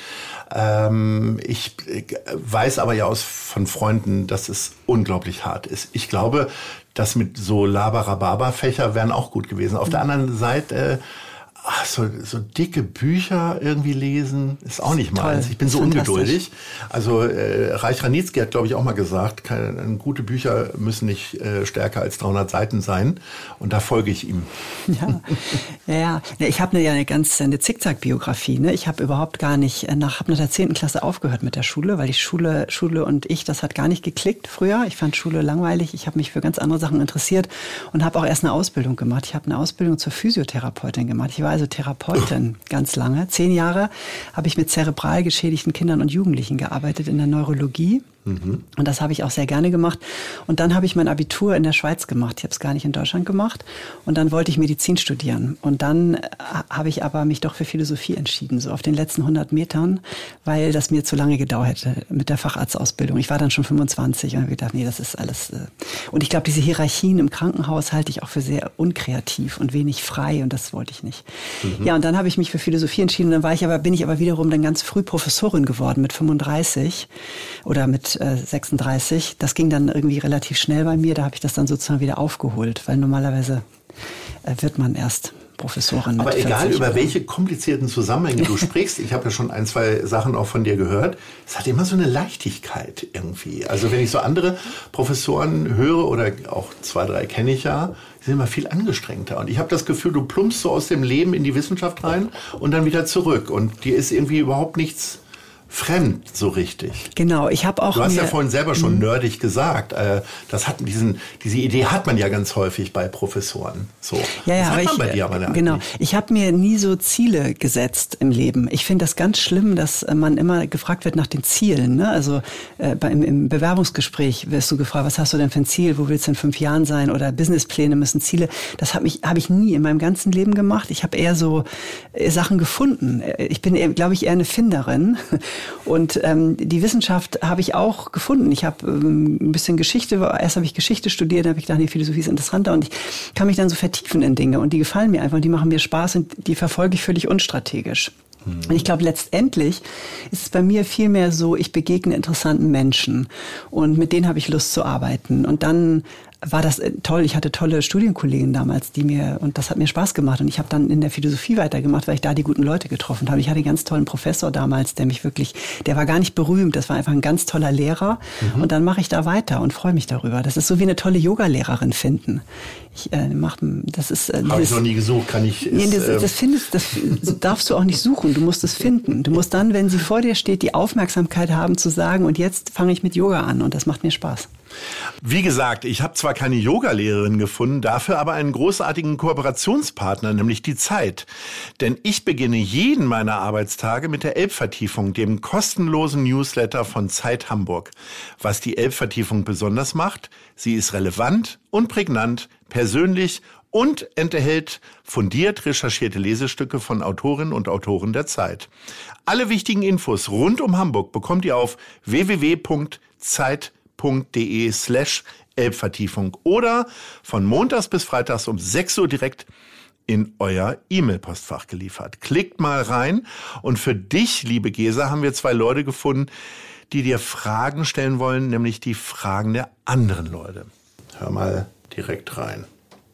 Ich weiß aber ja aus von Freunden, dass es unglaublich hart ist. Ich glaube, das mit so Labarababa-Fächer wären auch gut gewesen. Auf der anderen Seite, ach, so, so dicke Bücher irgendwie lesen, ist auch nicht meins. Ich bin so ungeduldig. Also äh, Reich Ranitzky hat, glaube ich, auch mal gesagt, keine, gute Bücher müssen nicht äh, stärker als dreihundert Seiten sein. Und da folge ich ihm. Ja, ja, ja. Ich habe eine, ja eine ganz eine Zickzack-Biografie. Ne? Ich habe überhaupt gar nicht, nach, habe nach der zehnten Klasse aufgehört mit der Schule, weil die Schule, Schule und ich, das hat gar nicht geklickt früher. Ich fand Schule langweilig. Ich habe mich für ganz andere Sachen interessiert und habe auch erst eine Ausbildung gemacht. Ich habe eine Ausbildung zur Physiotherapeutin gemacht. Ich war also Therapeutin ganz lange. Zehn Jahre habe ich mit zerebral geschädigten Kindern und Jugendlichen gearbeitet in der Neurologie. Mhm. Und das habe ich auch sehr gerne gemacht. Und dann habe ich mein Abitur in der Schweiz gemacht. Ich habe es gar nicht in Deutschland gemacht. Und dann wollte ich Medizin studieren. Und dann habe ich aber mich doch für Philosophie entschieden, so auf den letzten hundert Metern, weil das mir zu lange gedauert hätte mit der Facharztausbildung. Ich war dann schon fünfundzwanzig und habe gedacht, nee, das ist alles. Und ich glaube, diese Hierarchien im Krankenhaus halte ich auch für sehr unkreativ und wenig frei. Und das wollte ich nicht. Mhm. Ja, und dann habe ich mich für Philosophie entschieden. Und dann war ich aber, bin ich aber wiederum dann ganz früh Professorin geworden mit fünfunddreißig oder mit sechsunddreißig. Das ging dann irgendwie relativ schnell bei mir. Da habe ich das dann sozusagen wieder aufgeholt, weil normalerweise wird man erst Professorin. Aber egal, über welche komplizierten Zusammenhänge du sprichst, ich habe ja schon ein, zwei Sachen auch von dir gehört, es hat immer so eine Leichtigkeit irgendwie. Also wenn ich so andere Professoren höre oder auch zwei, drei kenne ich ja, die sind immer viel angestrengter. Und ich habe das Gefühl, du plumpst so aus dem Leben in die Wissenschaft rein und dann wieder zurück. Und dir ist irgendwie überhaupt nichts fremd, so richtig. Genau, ich habe auch... Du hast mir, ja vorhin selber schon nerdig gesagt, äh, das hat diesen, diese Idee hat man ja ganz häufig bei Professoren. So. Ja, ja, das hat aber man ich, bei dir aber nicht. Genau, ich habe mir nie so Ziele gesetzt im Leben. Ich finde das ganz schlimm, dass man immer gefragt wird nach den Zielen. Ne? Also äh, beim, im Bewerbungsgespräch wirst du gefragt, was hast du denn für ein Ziel, wo willst du in fünf Jahren sein oder Businesspläne müssen Ziele. Das habe ich, hab ich nie in meinem ganzen Leben gemacht. Ich habe eher so äh, Sachen gefunden. Ich bin, glaube ich, eher eine Finderin. Und ähm, die Wissenschaft habe ich auch gefunden. Ich habe ähm, ein bisschen Geschichte, erst habe ich Geschichte studiert, dann habe ich gedacht, die Philosophie ist interessanter und ich kann mich dann so vertiefen in Dinge und die gefallen mir einfach, die machen mir Spaß und die verfolge ich völlig unstrategisch. Hm. Und ich glaube, letztendlich ist es bei mir vielmehr so, ich begegne interessanten Menschen und mit denen habe ich Lust zu arbeiten. Und dann war das toll. Ich hatte tolle Studienkollegen damals, die mir, und das hat mir Spaß gemacht. Und ich habe dann in der Philosophie weitergemacht, weil ich da die guten Leute getroffen habe. Ich hatte einen ganz tollen Professor damals, der mich wirklich, der war gar nicht berühmt, das war einfach ein ganz toller Lehrer. Mhm. Und dann mache ich da weiter und freue mich darüber. Das ist so wie eine tolle Yoga-Lehrerin finden. Ich äh, mach, das ist äh, habe ich noch nie gesucht, kann ich. Nee, ist, das, äh, das findest, das darfst du auch nicht suchen. Du musst es finden. Du musst dann, wenn sie vor dir steht, die Aufmerksamkeit haben zu sagen, und jetzt fange ich mit Yoga an und das macht mir Spaß. Wie gesagt, ich habe zwar keine Yogalehrerin gefunden, dafür aber einen großartigen Kooperationspartner, nämlich die Zeit. Denn ich beginne jeden meiner Arbeitstage mit der Elbvertiefung, dem kostenlosen Newsletter von Zeit Hamburg. Was die Elbvertiefung besonders macht, sie ist relevant und prägnant, persönlich und enthält fundiert recherchierte Lesestücke von Autorinnen und Autoren der Zeit. Alle wichtigen Infos rund um Hamburg bekommt ihr auf w w w punkt zeit punkt d e slash Elbvertiefung oder von montags bis freitags um sechs Uhr direkt in euer E-Mail-Postfach geliefert. Klickt mal rein und für dich, liebe Gesa, haben wir zwei Leute gefunden, die dir Fragen stellen wollen, nämlich die Fragen der anderen Leute. Hör mal direkt rein.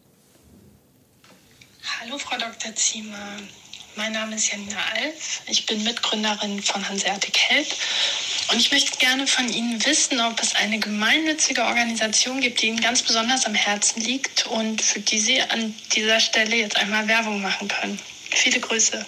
Hallo Frau Doktor Ziemer, mein Name ist Janina Alf, ich bin Mitgründerin von Hanseatic Health Und ich möchte gerne von Ihnen wissen, ob es eine gemeinnützige Organisation gibt, die Ihnen ganz besonders am Herzen liegt und für die Sie an dieser Stelle jetzt einmal Werbung machen können. Viele Grüße.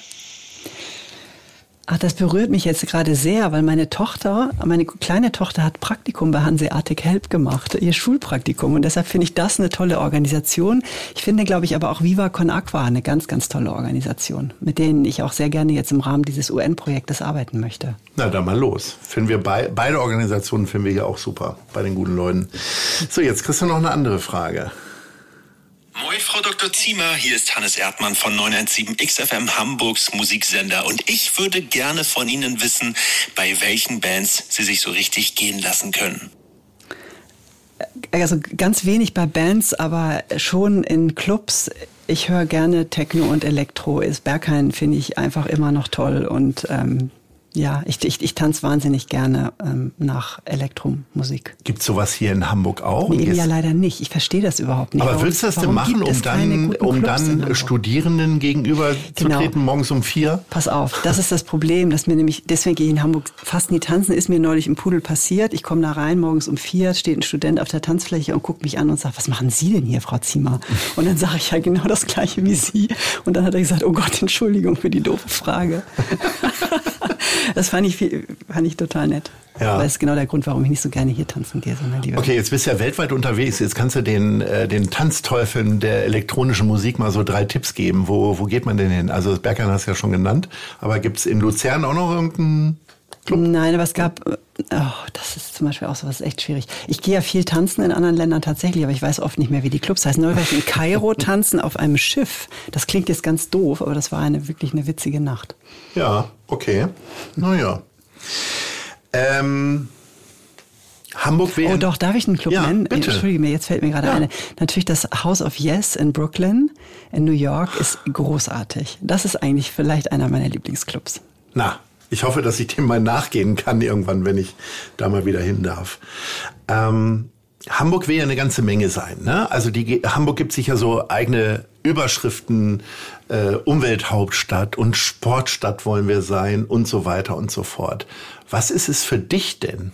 Ach, das berührt mich jetzt gerade sehr, weil meine Tochter, meine kleine Tochter hat Praktikum bei Hanseatic Help gemacht, ihr Schulpraktikum. Und deshalb finde ich das eine tolle Organisation. Ich finde, glaube ich, aber auch Viva Con Aqua eine ganz, ganz tolle Organisation, mit denen ich auch sehr gerne jetzt im Rahmen dieses U N-Projektes arbeiten möchte. Na, dann mal los. Finden wir bei, beide Organisationen finden wir ja auch super, bei den guten Leuten. So, jetzt kriegst du noch eine andere Frage. Moin, Frau Doktor Ziemer, hier ist Hannes Erdmann von neun eins sieben X F M, Hamburgs Musiksender. Und ich würde gerne von Ihnen wissen, bei welchen Bands Sie sich so richtig gehen lassen können. Also ganz wenig bei Bands, aber schon in Clubs. Ich höre gerne Techno und Elektro. Ist Berghain finde ich einfach immer noch toll und ähm, ja, ich, ich, ich tanze wahnsinnig gerne ähm, nach Elektromusik. Gibt's sowas hier in Hamburg auch? Nee, ja leider nicht. Ich verstehe das überhaupt nicht. Aber warum, willst du das denn machen, um dann, um dann Studierenden gegenüber genau. zu treten, morgens um vier? Pass auf, das ist das Problem, dass mir nämlich, deswegen gehe ich in Hamburg fast nie tanzen, ist mir neulich im Pudel passiert. Ich komme da rein, morgens um vier, steht ein Student auf der Tanzfläche und guckt mich an und sagt, was machen Sie denn hier, Frau Ziemer? Und dann sage ich ja genau das Gleiche wie Sie. Und dann hat er gesagt, oh Gott, Entschuldigung für die doofe Frage. Das fand ich, viel, fand ich total nett. Ja. Aber das ist genau der Grund, warum ich nicht so gerne hier tanzen gehe, sondern lieber. Okay, jetzt bist du ja weltweit unterwegs. Jetzt kannst du den, äh, den Tanzteufeln der elektronischen Musik mal so drei Tipps geben. Wo, wo geht man denn hin? Also das Berghain hast du ja schon genannt. Aber gibt es in Luzern auch noch irgendeinen Club? Nein, aber es gab, oh, das ist zum Beispiel auch so was echt schwierig. Ich gehe ja viel tanzen in anderen Ländern tatsächlich, aber ich weiß oft nicht mehr, wie die Clubs heißen. Neulich war ich in Kairo tanzen auf einem Schiff. Das klingt jetzt ganz doof, aber das war eine wirklich eine witzige Nacht. Ja, okay. Naja. Ähm, Hamburg wäre... Oh doch, darf ich einen Club ja, nennen? Bitte. Entschuldige mir, jetzt fällt mir gerade ja. eine. Natürlich das House of Yes in Brooklyn, in New York, ist großartig. Das ist eigentlich vielleicht einer meiner Lieblingsclubs. Na, ich hoffe, dass ich dem mal nachgehen kann irgendwann, wenn ich da mal wieder hin darf. Ähm, Hamburg will ja eine ganze Menge sein, ne? Also die Hamburg gibt sich ja so eigene Überschriften, äh, Umwelthauptstadt und Sportstadt wollen wir sein und so weiter und so fort. Was ist es für dich denn?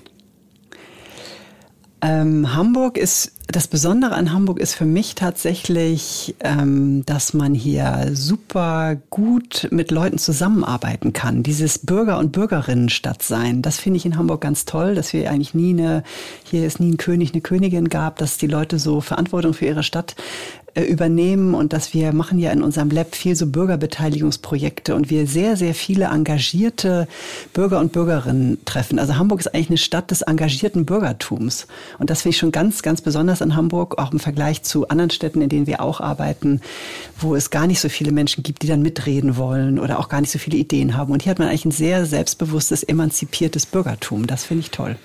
Ähm, Hamburg ist, das Besondere an Hamburg ist für mich tatsächlich, ähm, dass man hier super gut mit Leuten zusammenarbeiten kann. Dieses Bürger- und Bürgerinnenstadt sein, das finde ich in Hamburg ganz toll, dass wir eigentlich nie eine, hier es nie einen König, eine Königin gab, dass die Leute so Verantwortung für ihre Stadt übernehmen und dass wir machen ja in unserem Lab viel so Bürgerbeteiligungsprojekte und wir sehr, sehr viele engagierte Bürger und Bürgerinnen treffen. Also Hamburg ist eigentlich eine Stadt des engagierten Bürgertums und das finde ich schon ganz, ganz besonders in Hamburg, auch im Vergleich zu anderen Städten, in denen wir auch arbeiten, wo es gar nicht so viele Menschen gibt, die dann mitreden wollen oder auch gar nicht so viele Ideen haben. Und hier hat man eigentlich ein sehr selbstbewusstes, emanzipiertes Bürgertum. Das finde ich toll.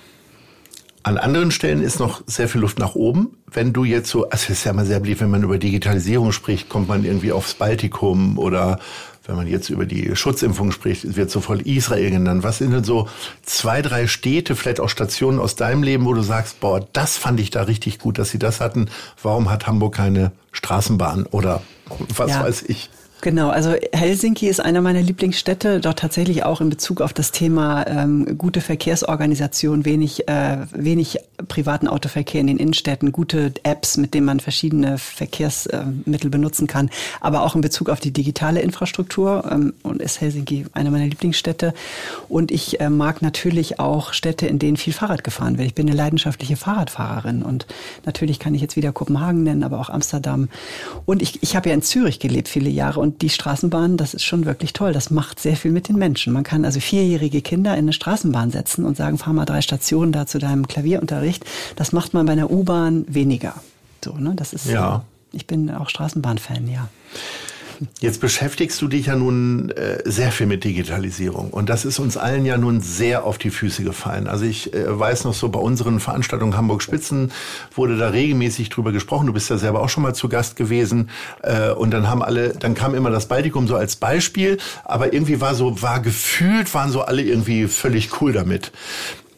An anderen Stellen ist noch sehr viel Luft nach oben. Wenn du jetzt so, also es ist ja immer sehr beliebt, wenn man über Digitalisierung spricht, kommt man irgendwie aufs Baltikum oder wenn man jetzt über die Schutzimpfung spricht, wird sofort Israel genannt. Was sind denn so zwei, drei Städte, vielleicht auch Stationen aus deinem Leben, wo du sagst, boah, das fand ich da richtig gut, dass sie das hatten. Warum hat Hamburg keine Straßenbahn oder was ja. weiß ich? Genau, also Helsinki ist einer meiner Lieblingsstädte, dort tatsächlich auch in Bezug auf das Thema ähm, gute Verkehrsorganisation, wenig, äh, wenig privaten Autoverkehr in den Innenstädten, gute Apps, mit denen man verschiedene Verkehrsmittel äh, benutzen kann, aber auch in Bezug auf die digitale Infrastruktur ähm, und ist Helsinki eine meiner Lieblingsstädte. Und ich äh, mag natürlich auch Städte, in denen viel Fahrrad gefahren wird. Ich bin eine leidenschaftliche Fahrradfahrerin und natürlich kann ich jetzt wieder Kopenhagen nennen, aber auch Amsterdam. Und ich, ich habe ja in Zürich gelebt viele Jahre und Und die Straßenbahn, das ist schon wirklich toll. Das macht sehr viel mit den Menschen. Man kann also vierjährige Kinder in eine Straßenbahn setzen und sagen, fahr mal drei Stationen da zu deinem Klavierunterricht. Das macht man bei einer U-Bahn weniger. So, ne? Das ist, ja. Ich bin auch Straßenbahnfan, ja. Jetzt beschäftigst du dich ja nun äh, sehr viel mit Digitalisierung und das ist uns allen ja nun sehr auf die Füße gefallen. Also ich äh, weiß noch so, bei unseren Veranstaltungen Hamburg Spitzen wurde da regelmäßig drüber gesprochen. Du bist ja selber auch schon mal zu Gast gewesen äh, und dann haben alle, dann kam immer das Baltikum so als Beispiel, aber irgendwie war so, war gefühlt, waren so alle irgendwie völlig cool damit.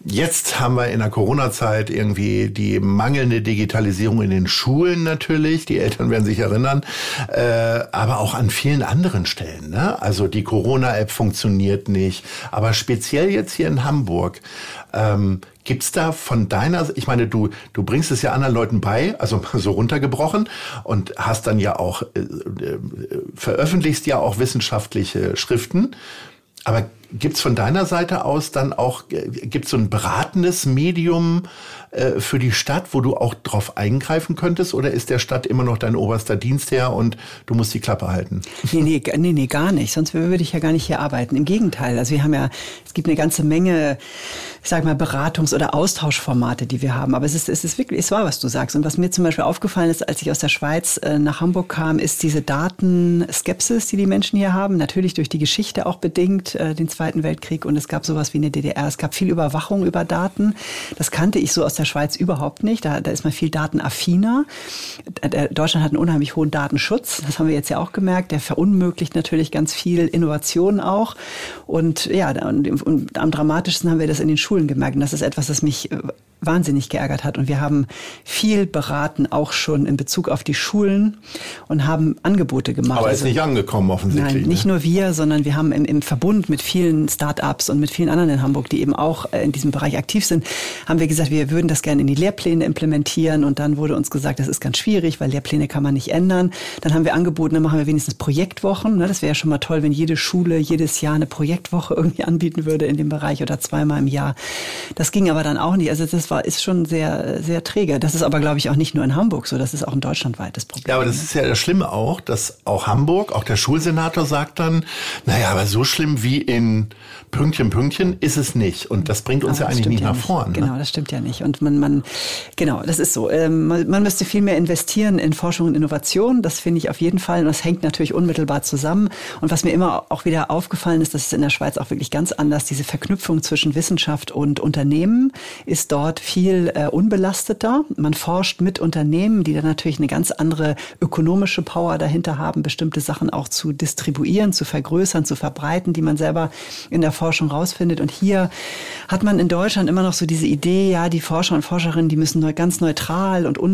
Jetzt haben wir in der Corona-Zeit irgendwie die mangelnde Digitalisierung in den Schulen natürlich. Die Eltern werden sich erinnern. Äh, aber auch an vielen anderen Stellen. Ne? Also die Corona-App funktioniert nicht. Aber speziell jetzt hier in Hamburg. Ähm, gibt's da von deiner, ich meine, du du bringst es ja anderen Leuten bei, also so runtergebrochen und hast dann ja auch, äh, äh, veröffentlichst ja auch wissenschaftliche Schriften. Aber gibt's von deiner Seite aus dann auch, gibt's so ein beratendes Medium äh, für die Stadt, wo du auch drauf eingreifen könntest? Oder ist der Stadt immer noch dein oberster Dienstherr und du musst die Klappe halten? Nee, nee, nee, nee, gar nicht. Sonst würde ich ja gar nicht hier arbeiten. Im Gegenteil. Also wir haben ja, es gibt eine ganze Menge, ich sag mal, Beratungs- oder Austauschformate, die wir haben. Aber es ist, es ist wirklich, es war, was du sagst. Und was mir zum Beispiel aufgefallen ist, als ich aus der Schweiz äh, nach Hamburg kam, ist diese Datenskepsis, die die Menschen hier haben. Natürlich durch die Geschichte auch bedingt, äh, den Zweiten Weltkrieg. Und es gab sowas wie eine D D R. Es gab viel Überwachung über Daten. Das kannte ich so aus der Schweiz überhaupt nicht. Da, da ist man viel datenaffiner. Deutschland hat einen unheimlich hohen Datenschutz. Das haben wir jetzt ja auch gemerkt. Der verunmöglicht natürlich ganz viel Innovation auch. Und ja, und, und am dramatischsten haben wir das in den Schulen gemerkt. Und das ist etwas, das mich wahnsinnig geärgert hat. Und wir haben viel beraten, auch schon in Bezug auf die Schulen und haben Angebote gemacht. Aber also, ist nicht angekommen offensichtlich. Nein, nicht ne? nur wir, sondern wir haben im, im Verbund mit vielen Start-ups und mit vielen anderen in Hamburg, die eben auch in diesem Bereich aktiv sind, haben wir gesagt, wir würden das gerne in die Lehrpläne implementieren. Und dann wurde uns gesagt, das ist ganz schwierig, weil Lehrpläne kann man nicht ändern. Dann haben wir angeboten, dann machen wir wenigstens Projektwochen. Das wäre ja schon mal toll, wenn jede Schule jedes Jahr eine Projektwoche irgendwie anbieten würde in dem Bereich oder zweimal im Jahr. Das ging aber dann auch nicht. Also das war, ist schon sehr, sehr träge. Das ist aber, glaube ich, auch nicht nur in Hamburg so. Das ist auch ein deutschlandweites Problem. Ja, aber das ist ja das Schlimme auch, dass auch Hamburg, auch der Schulsenator sagt dann, naja, aber so schlimm wie in Pünktchen, Pünktchen ist es nicht. Und das bringt uns aber ja eigentlich nicht nach vorn. Genau, ne? das stimmt ja nicht. Und man, man, genau, das ist so. Ähm, man, man müsste viel mehr investieren in Forschung und Innovation. Das finde ich auf jeden Fall. Und das hängt natürlich unmittelbar zusammen. Und was mir immer auch wieder aufgefallen ist, das ist in der Schweiz auch wirklich ganz anders. Diese Verknüpfung zwischen Wissenschaft und Unternehmen ist dort viel äh, unbelasteter. Man forscht mit Unternehmen, die dann natürlich eine ganz andere ökonomische Power dahinter haben, bestimmte Sachen auch zu distribuieren, zu vergrößern, zu verbreiten, die man selber in der Forschung rausfindet. Und hier hat man in Deutschland immer noch so diese Idee, ja, die Forscher und Forscherinnen, die müssen ganz neutral und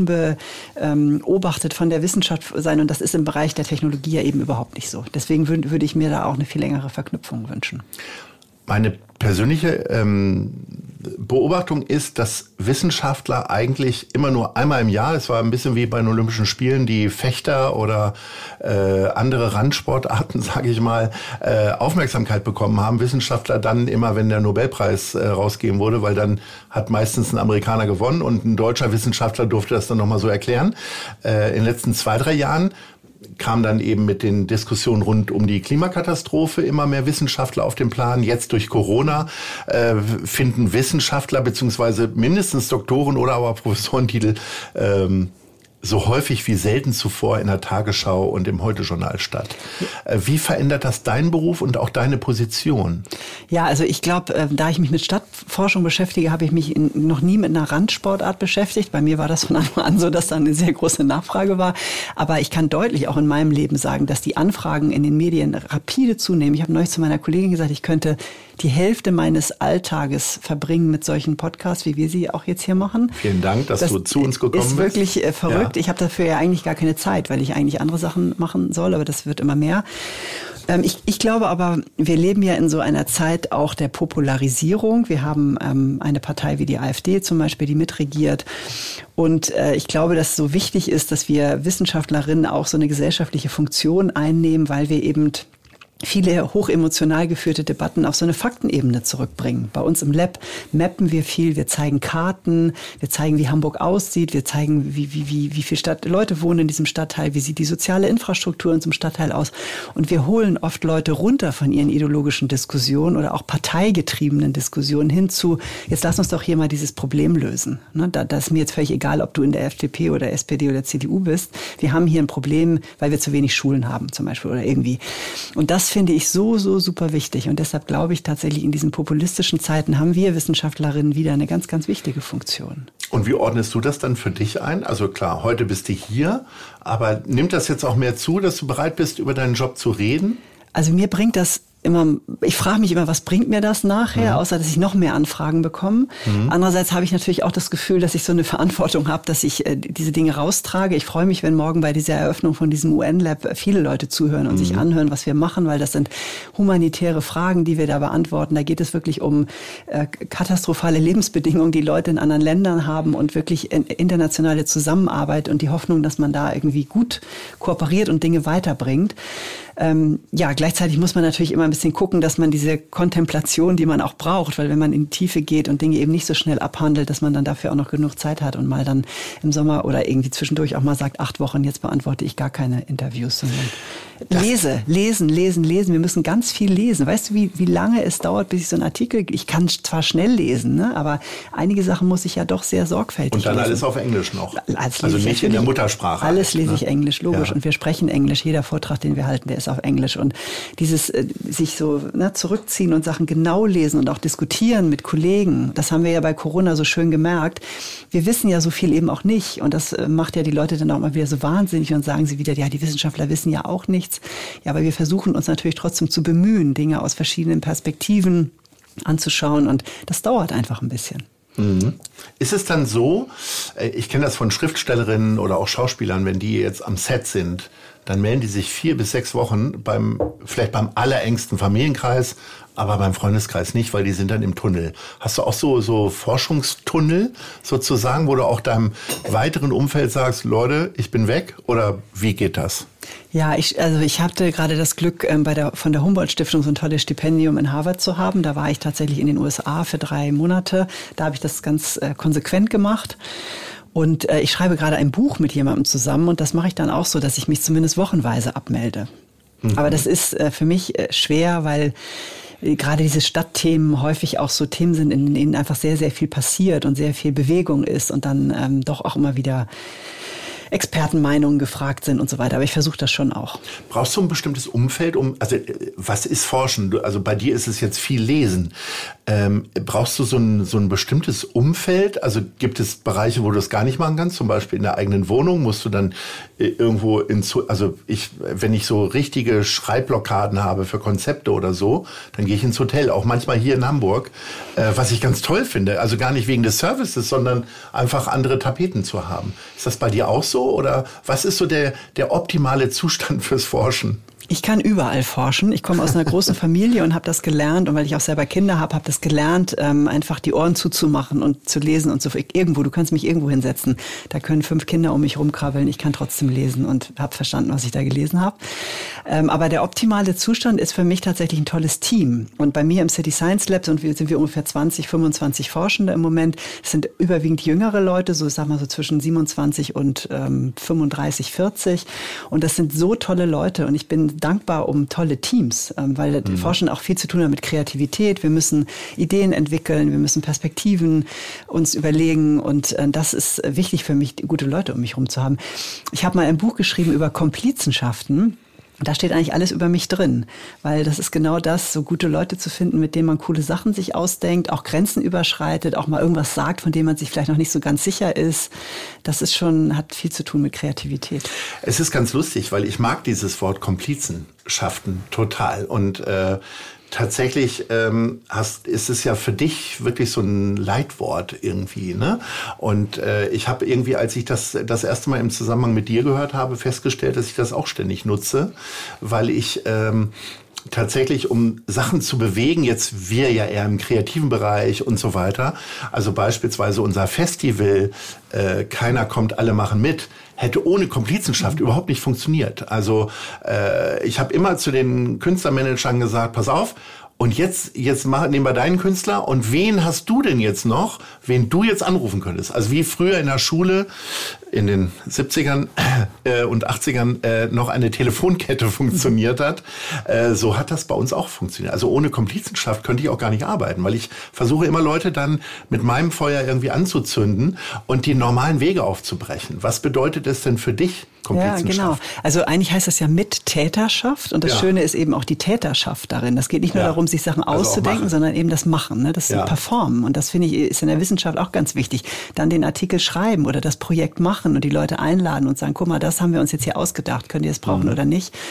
unbeobachtet von der Wissenschaft sein. Und das ist im Bereich der Technologie ja eben überhaupt nicht so. Deswegen würde, würde ich mir da auch eine viel längere Verknüpfung wünschen. Meine persönliche ähm, Beobachtung ist, dass Wissenschaftler eigentlich immer nur einmal im Jahr, es war ein bisschen wie bei den Olympischen Spielen, die Fechter oder äh, andere Randsportarten, sage ich mal, äh, Aufmerksamkeit bekommen haben. Wissenschaftler dann immer, wenn der Nobelpreis äh, rausgegeben wurde, weil dann hat meistens ein Amerikaner gewonnen und ein deutscher Wissenschaftler durfte das dann nochmal so erklären. Äh, in den letzten zwei, drei Jahren kam dann eben mit den Diskussionen rund um die Klimakatastrophe immer mehr Wissenschaftler auf den Plan. Jetzt durch Corona äh, finden Wissenschaftler beziehungsweise mindestens Doktoren oder aber Professorentitel ähm, so häufig wie selten zuvor in der Tagesschau und im Heute-Journal statt. Wie verändert das deinen Beruf und auch deine Position? Ja, also ich glaube, da ich mich mit Stadtforschung beschäftige, habe ich mich in, noch nie mit einer Randsportart beschäftigt. Bei mir war das von Anfang an so, dass da eine sehr große Nachfrage war. Aber ich kann deutlich auch in meinem Leben sagen, dass die Anfragen in den Medien rapide zunehmen. Ich habe neulich zu meiner Kollegin gesagt, ich könnte die Hälfte meines Alltages verbringen mit solchen Podcasts, wie wir sie auch jetzt hier machen. Vielen Dank, dass das du zu uns gekommen bist. Das ist wirklich äh, verrückt. Ja. Ich habe dafür ja eigentlich gar keine Zeit, weil ich eigentlich andere Sachen machen soll, aber das wird immer mehr. Ähm, ich, ich glaube aber, wir leben ja in so einer Zeit auch der Popularisierung. Wir haben ähm, eine Partei wie die AfD zum Beispiel, die mitregiert. Und äh, ich glaube, dass es so wichtig ist, dass wir Wissenschaftlerinnen auch so eine gesellschaftliche Funktion einnehmen, weil wir eben viele hochemotional geführte Debatten auf so eine Faktenebene zurückbringen. Bei uns im Lab mappen wir viel, wir zeigen Karten, wir zeigen, wie Hamburg aussieht, wir zeigen, wie, wie, wie, wie viele Stadt, Leute wohnen in diesem Stadtteil, wie sieht die soziale Infrastruktur in so einem Stadtteil aus. Und wir holen oft Leute runter von ihren ideologischen Diskussionen oder auch parteigetriebenen Diskussionen hin zu, jetzt lass uns doch hier mal dieses Problem lösen. Ne, da, da ist mir jetzt völlig egal, ob du in der F D P oder S P D oder C D U bist. Wir haben hier ein Problem, weil wir zu wenig Schulen haben zum Beispiel oder irgendwie. Und das finde ich so, so super wichtig. Und deshalb glaube ich tatsächlich, in diesen populistischen Zeiten haben wir Wissenschaftlerinnen wieder eine ganz, ganz wichtige Funktion. Und wie ordnest du das dann für dich ein? Also klar, heute bist du hier, aber nimmt das jetzt auch mehr zu, dass du bereit bist, über deinen Job zu reden? Also mir bringt das immer, ich frage mich immer, was bringt mir das nachher, mhm. außer dass ich noch mehr Anfragen bekomme. Mhm. Andererseits habe ich natürlich auch das Gefühl, dass ich so eine Verantwortung habe, dass ich äh, diese Dinge raustrage. Ich freue mich, wenn morgen bei dieser Eröffnung von diesem U N-Lab viele Leute zuhören und mhm. sich anhören, was wir machen, weil das sind humanitäre Fragen, die wir da beantworten. Da geht es wirklich um äh, katastrophale Lebensbedingungen, die Leute in anderen Ländern haben und wirklich in, internationale Zusammenarbeit und die Hoffnung, dass man da irgendwie gut kooperiert und Dinge weiterbringt. Ähm, ja, gleichzeitig muss man natürlich immer ein bisschen gucken, dass man diese Kontemplation, die man auch braucht, weil wenn man in die Tiefe geht und Dinge eben nicht so schnell abhandelt, dass man dann dafür auch noch genug Zeit hat und mal dann im Sommer oder irgendwie zwischendurch auch mal sagt, acht Wochen, jetzt beantworte ich gar keine Interviews, sondern das lese, lesen, lesen, lesen. Wir müssen ganz viel lesen. Weißt du, wie, wie lange es dauert, bis ich so einen Artikel, ich kann zwar schnell lesen, ne, aber einige Sachen muss ich ja doch sehr sorgfältig lesen. Und dann lesen. Alles auf Englisch noch. Als also nicht in der Muttersprache. Alles lese ne? ich Englisch, logisch. Ja. Und wir sprechen Englisch. Jeder Vortrag, den wir halten, der ist auf Englisch. Und dieses äh, sich so ne, zurückziehen und Sachen genau lesen und auch diskutieren mit Kollegen, das haben wir ja bei Corona so schön gemerkt. Wir wissen ja so viel eben auch nicht. Und das äh, macht ja die Leute dann auch mal wieder so wahnsinnig und sagen sie wieder, ja, die Wissenschaftler wissen ja auch nichts. Ja, aber wir versuchen uns natürlich trotzdem zu bemühen, Dinge aus verschiedenen Perspektiven anzuschauen. Und das dauert einfach ein bisschen. Mhm. Ist es dann so, ich kenne das von Schriftstellerinnen oder auch Schauspielern, wenn die jetzt am Set sind, dann melden die sich vier bis sechs Wochen beim, vielleicht beim allerengsten Familienkreis, aber beim Freundeskreis nicht, weil die sind dann im Tunnel. Hast du auch so, so Forschungstunnel sozusagen, wo du auch deinem weiteren Umfeld sagst, Leute, ich bin weg? Oder wie geht das? Ja, ich, also ich hatte gerade das Glück, ähm, bei der, von der Humboldt-Stiftung so ein tolles Stipendium in Harvard zu haben. Da war ich tatsächlich in den U S A für drei Monate. Da habe ich das ganz äh, konsequent gemacht. Und äh, ich schreibe gerade ein Buch mit jemandem zusammen und das mache ich dann auch so, dass ich mich zumindest wochenweise abmelde. Mhm. Aber das ist äh, für mich äh, schwer, weil äh, gerade diese Stadtthemen häufig auch so Themen sind, in denen einfach sehr, sehr viel passiert und sehr viel Bewegung ist und dann ähm, doch auch immer wieder Expertenmeinungen gefragt sind und so weiter. Aber ich versuche das schon auch. Brauchst du ein bestimmtes Umfeld, um, also was ist Forschen? Du, also bei dir ist es jetzt viel Lesen. Ähm, brauchst du so ein, so ein bestimmtes Umfeld? Also gibt es Bereiche, wo du das gar nicht machen kannst? Zum Beispiel in der eigenen Wohnung musst du dann äh, irgendwo in, also ich, wenn ich so richtige Schreibblockaden habe für Konzepte oder so, dann gehe ich ins Hotel. Auch manchmal hier in Hamburg, äh, was ich ganz toll finde. Also gar nicht wegen des Services, sondern einfach andere Tapeten zu haben. Ist das bei dir auch so? Oder was ist so der, der optimale Zustand fürs Forschen? Ich kann überall forschen. Ich komme aus einer großen Familie und habe das gelernt. Und weil ich auch selber Kinder habe, habe das gelernt, ähm, einfach die Ohren zuzumachen und zu lesen und so. Irgendwo, du kannst mich irgendwo hinsetzen. Da können fünf Kinder um mich rumkrabbeln. Ich kann trotzdem lesen und habe verstanden, was ich da gelesen habe. Ähm, aber der optimale Zustand ist für mich tatsächlich ein tolles Team. Und bei mir im City Science Lab sind wir, sind wir ungefähr zwanzig, fünfundzwanzig Forschende im Moment. Es sind überwiegend jüngere Leute, so ich sag mal so zwischen siebenundzwanzig und ähm, fünfunddreißig, vierzig. Und das sind so tolle Leute. Und ich bin dankbar um tolle Teams, weil mhm. Forschen auch viel zu tun hat mit Kreativität. Wir müssen Ideen entwickeln, wir müssen Perspektiven uns überlegen und das ist wichtig für mich, gute Leute um mich herum zu haben. Ich habe mal ein Buch geschrieben über Komplizenschaften. Da steht eigentlich alles über mich drin, weil das ist genau das, so gute Leute zu finden, mit denen man coole Sachen sich ausdenkt, auch Grenzen überschreitet, auch mal irgendwas sagt, von dem man sich vielleicht noch nicht so ganz sicher ist. Das ist schon, hat viel zu tun mit Kreativität. Es ist ganz lustig, weil ich mag dieses Wort Komplizenschaften total und äh, tatsächlich ähm, hast, ist es ja für dich wirklich so ein Leitwort irgendwie, ne? Und äh, ich habe irgendwie, als ich das das erste Mal im Zusammenhang mit dir gehört habe, festgestellt, dass ich das auch ständig nutze, weil ich ähm, tatsächlich, um Sachen zu bewegen, jetzt wir ja eher im kreativen Bereich und so weiter, also beispielsweise unser Festival, äh, keiner kommt, alle machen mit, hätte ohne Komplizenschaft mhm. überhaupt nicht funktioniert. Also äh, ich habe immer zu den Künstlermanagern gesagt, pass auf, und jetzt, jetzt mach, nehmen wir deinen Künstler und wen hast du denn jetzt noch, wen du jetzt anrufen könntest? Also wie früher in der Schule in den siebzigern äh, und achtzigern äh, noch eine Telefonkette funktioniert hat, äh, so hat das bei uns auch funktioniert. Also ohne Komplizenschaft könnte ich auch gar nicht arbeiten, weil ich versuche immer Leute dann mit meinem Feuer irgendwie anzuzünden und die normalen Wege aufzubrechen. Was bedeutet es denn für dich? Ja, genau. Also eigentlich heißt das ja Mittäterschaft und das ja. Schöne ist eben auch die Täterschaft darin. Das geht nicht nur ja. darum, sich Sachen also auszudenken, sondern eben das Machen, ne? das ja. Performen. Und das finde ich ist in der Wissenschaft auch ganz wichtig. Dann den Artikel schreiben oder das Projekt machen und die Leute einladen und sagen, guck mal, das haben wir uns jetzt hier ausgedacht, könnt ihr es brauchen mhm. oder nicht.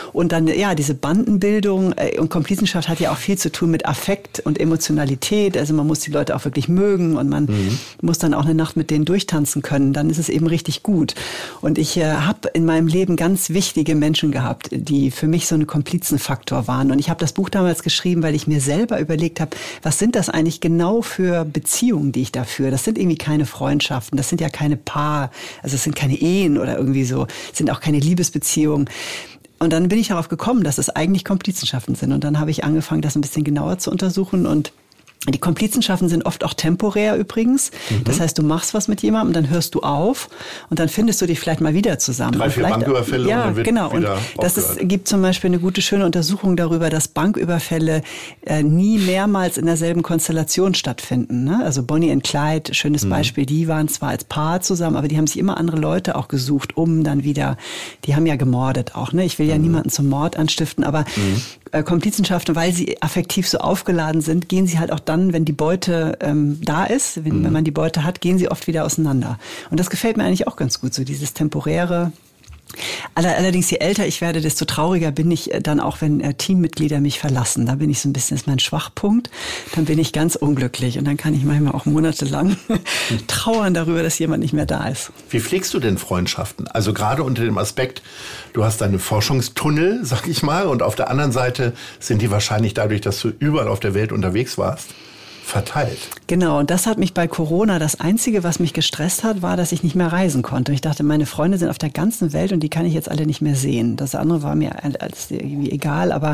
Und dann, ja, diese Bandenbildung und Komplizenschaft hat ja auch viel zu tun mit Affekt und Emotionalität. Also man muss die Leute auch wirklich mögen und man mhm. muss dann auch eine Nacht mit denen durchtanzen können. Dann ist es eben richtig gut. Und ich äh, habe in meinem Leben ganz wichtige Menschen gehabt, die für mich so ein Komplizenfaktor waren. Und ich habe das Buch damals geschrieben, weil ich mir selber überlegt habe, was sind das eigentlich genau für Beziehungen, die ich da führe? Das sind irgendwie keine Freundschaften, das sind ja keine Paar, also es sind keine Ehen oder irgendwie so, es sind auch keine Liebesbeziehungen. Und dann bin ich darauf gekommen, dass es eigentlich Komplizenschaften sind. Und dann habe ich angefangen, das ein bisschen genauer zu untersuchen. Und die Komplizenschaften sind oft auch temporär übrigens. Mhm. Das heißt, du machst was mit jemandem, dann hörst du auf und dann findest du dich vielleicht mal wieder zusammen. Drei, vier Banküberfälle ja, und dann wird genau. wieder und das ist, gibt zum Beispiel eine gute, schöne Untersuchung darüber, dass Banküberfälle äh, nie mehrmals in derselben Konstellation stattfinden. Ne? Also Bonnie und Clyde, schönes mhm. Beispiel, die waren zwar als Paar zusammen, aber die haben sich immer andere Leute auch gesucht, um dann wieder, die haben ja gemordet auch. Ne? Ich will ja mhm. niemanden zum Mord anstiften, aber mhm. äh, Komplizenschaften, weil sie affektiv so aufgeladen sind, gehen sie halt auch dann, wenn die Beute ähm, da ist, wenn, mhm. wenn man die Beute hat, gehen sie oft wieder auseinander. Und das gefällt mir eigentlich auch ganz gut, so dieses temporäre. Allerdings, je älter ich werde, desto trauriger bin ich dann auch, wenn äh, Teammitglieder mich verlassen. Da bin ich so ein bisschen, das ist mein Schwachpunkt. Dann bin ich ganz unglücklich und dann kann ich manchmal auch monatelang trauern darüber, dass jemand nicht mehr da ist. Wie pflegst du denn Freundschaften? Also gerade unter dem Aspekt, du hast deine Forschungstunnel, sag ich mal, und auf der anderen Seite sind die wahrscheinlich dadurch, dass du überall auf der Welt unterwegs warst, verteilt. Genau, und das hat mich bei Corona, das Einzige, was mich gestresst hat, war, dass ich nicht mehr reisen konnte. Und ich dachte, meine Freunde sind auf der ganzen Welt und die kann ich jetzt alle nicht mehr sehen. Das andere war mir als irgendwie egal, aber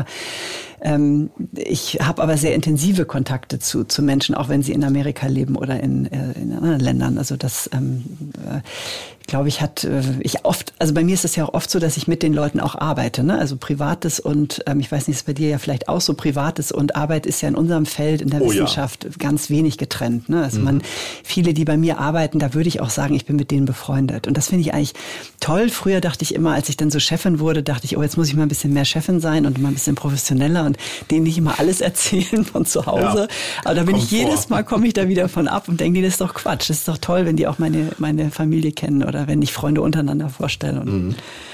ähm, ich habe aber sehr intensive Kontakte zu, zu Menschen, auch wenn sie in Amerika leben oder in, äh, in anderen Ländern. Also das, ähm, äh, glaube ich, hat äh, ich oft, also bei mir ist es ja auch oft so, dass ich mit den Leuten auch arbeite, ne? Also Privates und, ähm, ich weiß nicht, ist bei dir ja vielleicht auch so, Privates und Arbeit ist ja in unserem Feld, in der oh, Wissenschaft, ja. ganz wenig getrennt. Ne? Also mhm. man, viele, die bei mir arbeiten, da würde ich auch sagen, ich bin mit denen befreundet. Und das finde ich eigentlich toll. Früher dachte ich immer, als ich dann so Chefin wurde, dachte ich, oh, jetzt muss ich mal ein bisschen mehr Chefin sein und mal ein bisschen professioneller und denen nicht immer alles erzählen von zu Hause. Ja. Aber da bin Kommt ich jedes vor. Mal, komme ich da wieder von ab und denke, das ist doch Quatsch. Das ist doch toll, wenn die auch meine, meine Familie kennen oder wenn ich Freunde untereinander vorstelle. Und mhm.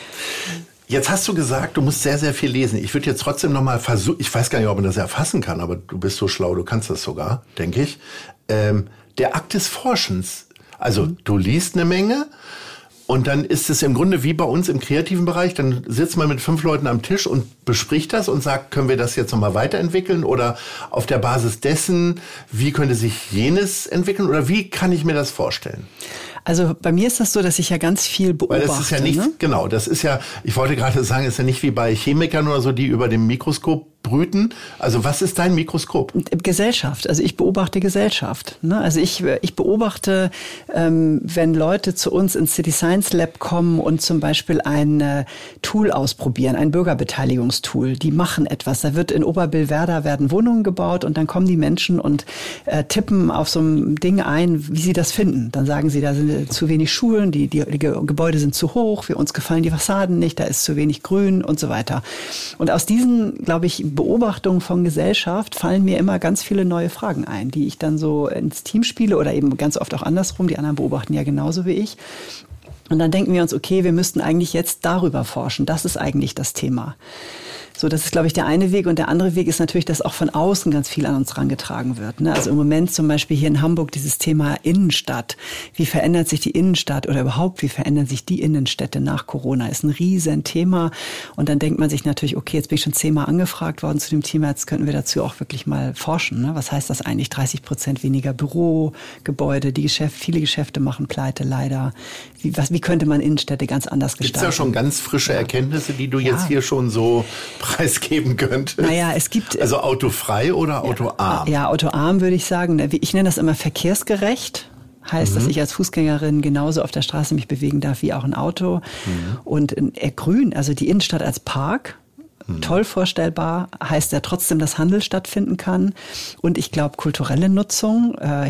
Jetzt hast du gesagt, du musst sehr, sehr viel lesen. Ich würde jetzt trotzdem noch mal versuchen, ich weiß gar nicht, ob man das erfassen kann, aber du bist so schlau, du kannst das sogar, denke ich. Ähm, der Akt des Forschens. Also mhm. du liest eine Menge und dann ist es im Grunde wie bei uns im kreativen Bereich, dann sitzt man mit fünf Leuten am Tisch und bespricht das und sagt, können wir das jetzt noch mal weiterentwickeln oder auf der Basis dessen, wie könnte sich jenes entwickeln oder wie kann ich mir das vorstellen? Also bei mir ist das so, dass ich ja ganz viel beobachte. Weil das ist ja nicht, ne? Genau, das ist ja, ich wollte gerade sagen, ist ja nicht wie bei Chemikern oder so, die über dem Mikroskop brüten. Also was ist dein Mikroskop? Gesellschaft. Also ich beobachte Gesellschaft. Ne? Also ich, ich beobachte, ähm, wenn Leute zu uns ins City Science Lab kommen und zum Beispiel ein äh, Tool ausprobieren, ein Bürgerbeteiligungstool. Die machen etwas. Da wird in Oberbillwerder werden Wohnungen gebaut und dann kommen die Menschen und äh, tippen auf so ein Ding ein, wie sie das finden. Dann sagen sie, da sind zu wenig Schulen, die, die, die Gebäude sind zu hoch, für uns gefallen die Fassaden nicht, da ist zu wenig Grün und so weiter. Und aus diesen, glaube ich, Beobachtungen von Gesellschaft fallen mir immer ganz viele neue Fragen ein, die ich dann so ins Team spiele oder eben ganz oft auch andersrum. Die anderen beobachten ja genauso wie ich. Und dann denken wir uns, okay, wir müssten eigentlich jetzt darüber forschen. Das ist eigentlich das Thema. So, das ist, glaube ich, der eine Weg. Und der andere Weg ist natürlich, dass auch von außen ganz viel an uns herangetragen wird. Ne? Also im Moment zum Beispiel hier in Hamburg dieses Thema Innenstadt. Wie verändert sich die Innenstadt oder überhaupt, wie verändern sich die Innenstädte nach Corona? Ist ein riesen Thema. Und dann denkt man sich natürlich, okay, jetzt bin ich schon zehnmal angefragt worden zu dem Thema. Jetzt könnten wir dazu auch wirklich mal forschen. Ne? Was heißt das eigentlich? dreißig Prozent weniger Bürogebäude. Die Geschäfte, viele Geschäfte machen pleite leider. Wie, was, wie könnte man Innenstädte ganz anders gestalten? Gibt es da schon ganz frische Erkenntnisse, die du ja. jetzt hier schon so preisgeben könntest? Naja, es gibt... Also autofrei oder autoarm? Ja, ja, autoarm würde ich sagen. Ich nenne das immer verkehrsgerecht. Heißt, mhm. dass ich als Fußgängerin genauso auf der Straße mich bewegen darf wie auch ein Auto. Mhm. Und äh, grün, also die Innenstadt als Park, mhm. toll vorstellbar, heißt ja trotzdem, dass Handel stattfinden kann. Und ich glaube, kulturelle Nutzung... Äh,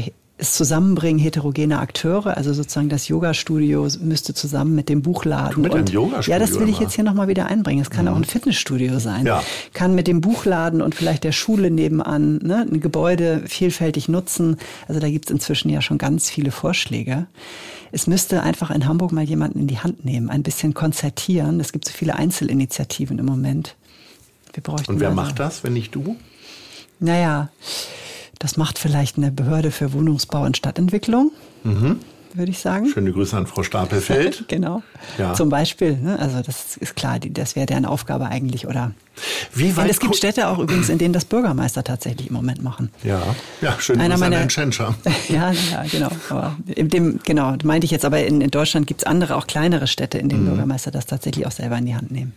das Zusammenbringen heterogener Akteure, also sozusagen das Yoga-Studio müsste zusammen mit dem Buchladen. Du mit und, dem Yoga-Studio ja, das will ich immer. jetzt hier nochmal wieder einbringen. Es kann mhm. auch ein Fitnessstudio sein. Ja. Kann mit dem Buchladen und vielleicht der Schule nebenan, ne, ein Gebäude vielfältig nutzen. Also da gibt es inzwischen ja schon ganz viele Vorschläge. Es müsste einfach in Hamburg mal jemanden in die Hand nehmen, ein bisschen konzertieren. Es gibt so viele Einzelinitiativen im Moment. Wir bräuchten und wer also, macht das, wenn nicht du? Naja, das macht vielleicht eine Behörde für Wohnungsbau und Stadtentwicklung, mhm. würde ich sagen. Schöne Grüße an Frau Stapelfeld. Genau, ja. Zum Beispiel. Ne? Also das ist klar, die, das wäre deren Aufgabe eigentlich. Oder Wie weit es gibt Städte auch übrigens, in denen das Bürgermeister tatsächlich im Moment machen. Ja, ja, schön Grüße an Herrn Tschentscher. Ja, ja, genau. Aber in dem, genau, meinte ich jetzt, aber in, in Deutschland gibt es andere, auch kleinere Städte, in denen mhm. Bürgermeister das tatsächlich auch selber in die Hand nehmen.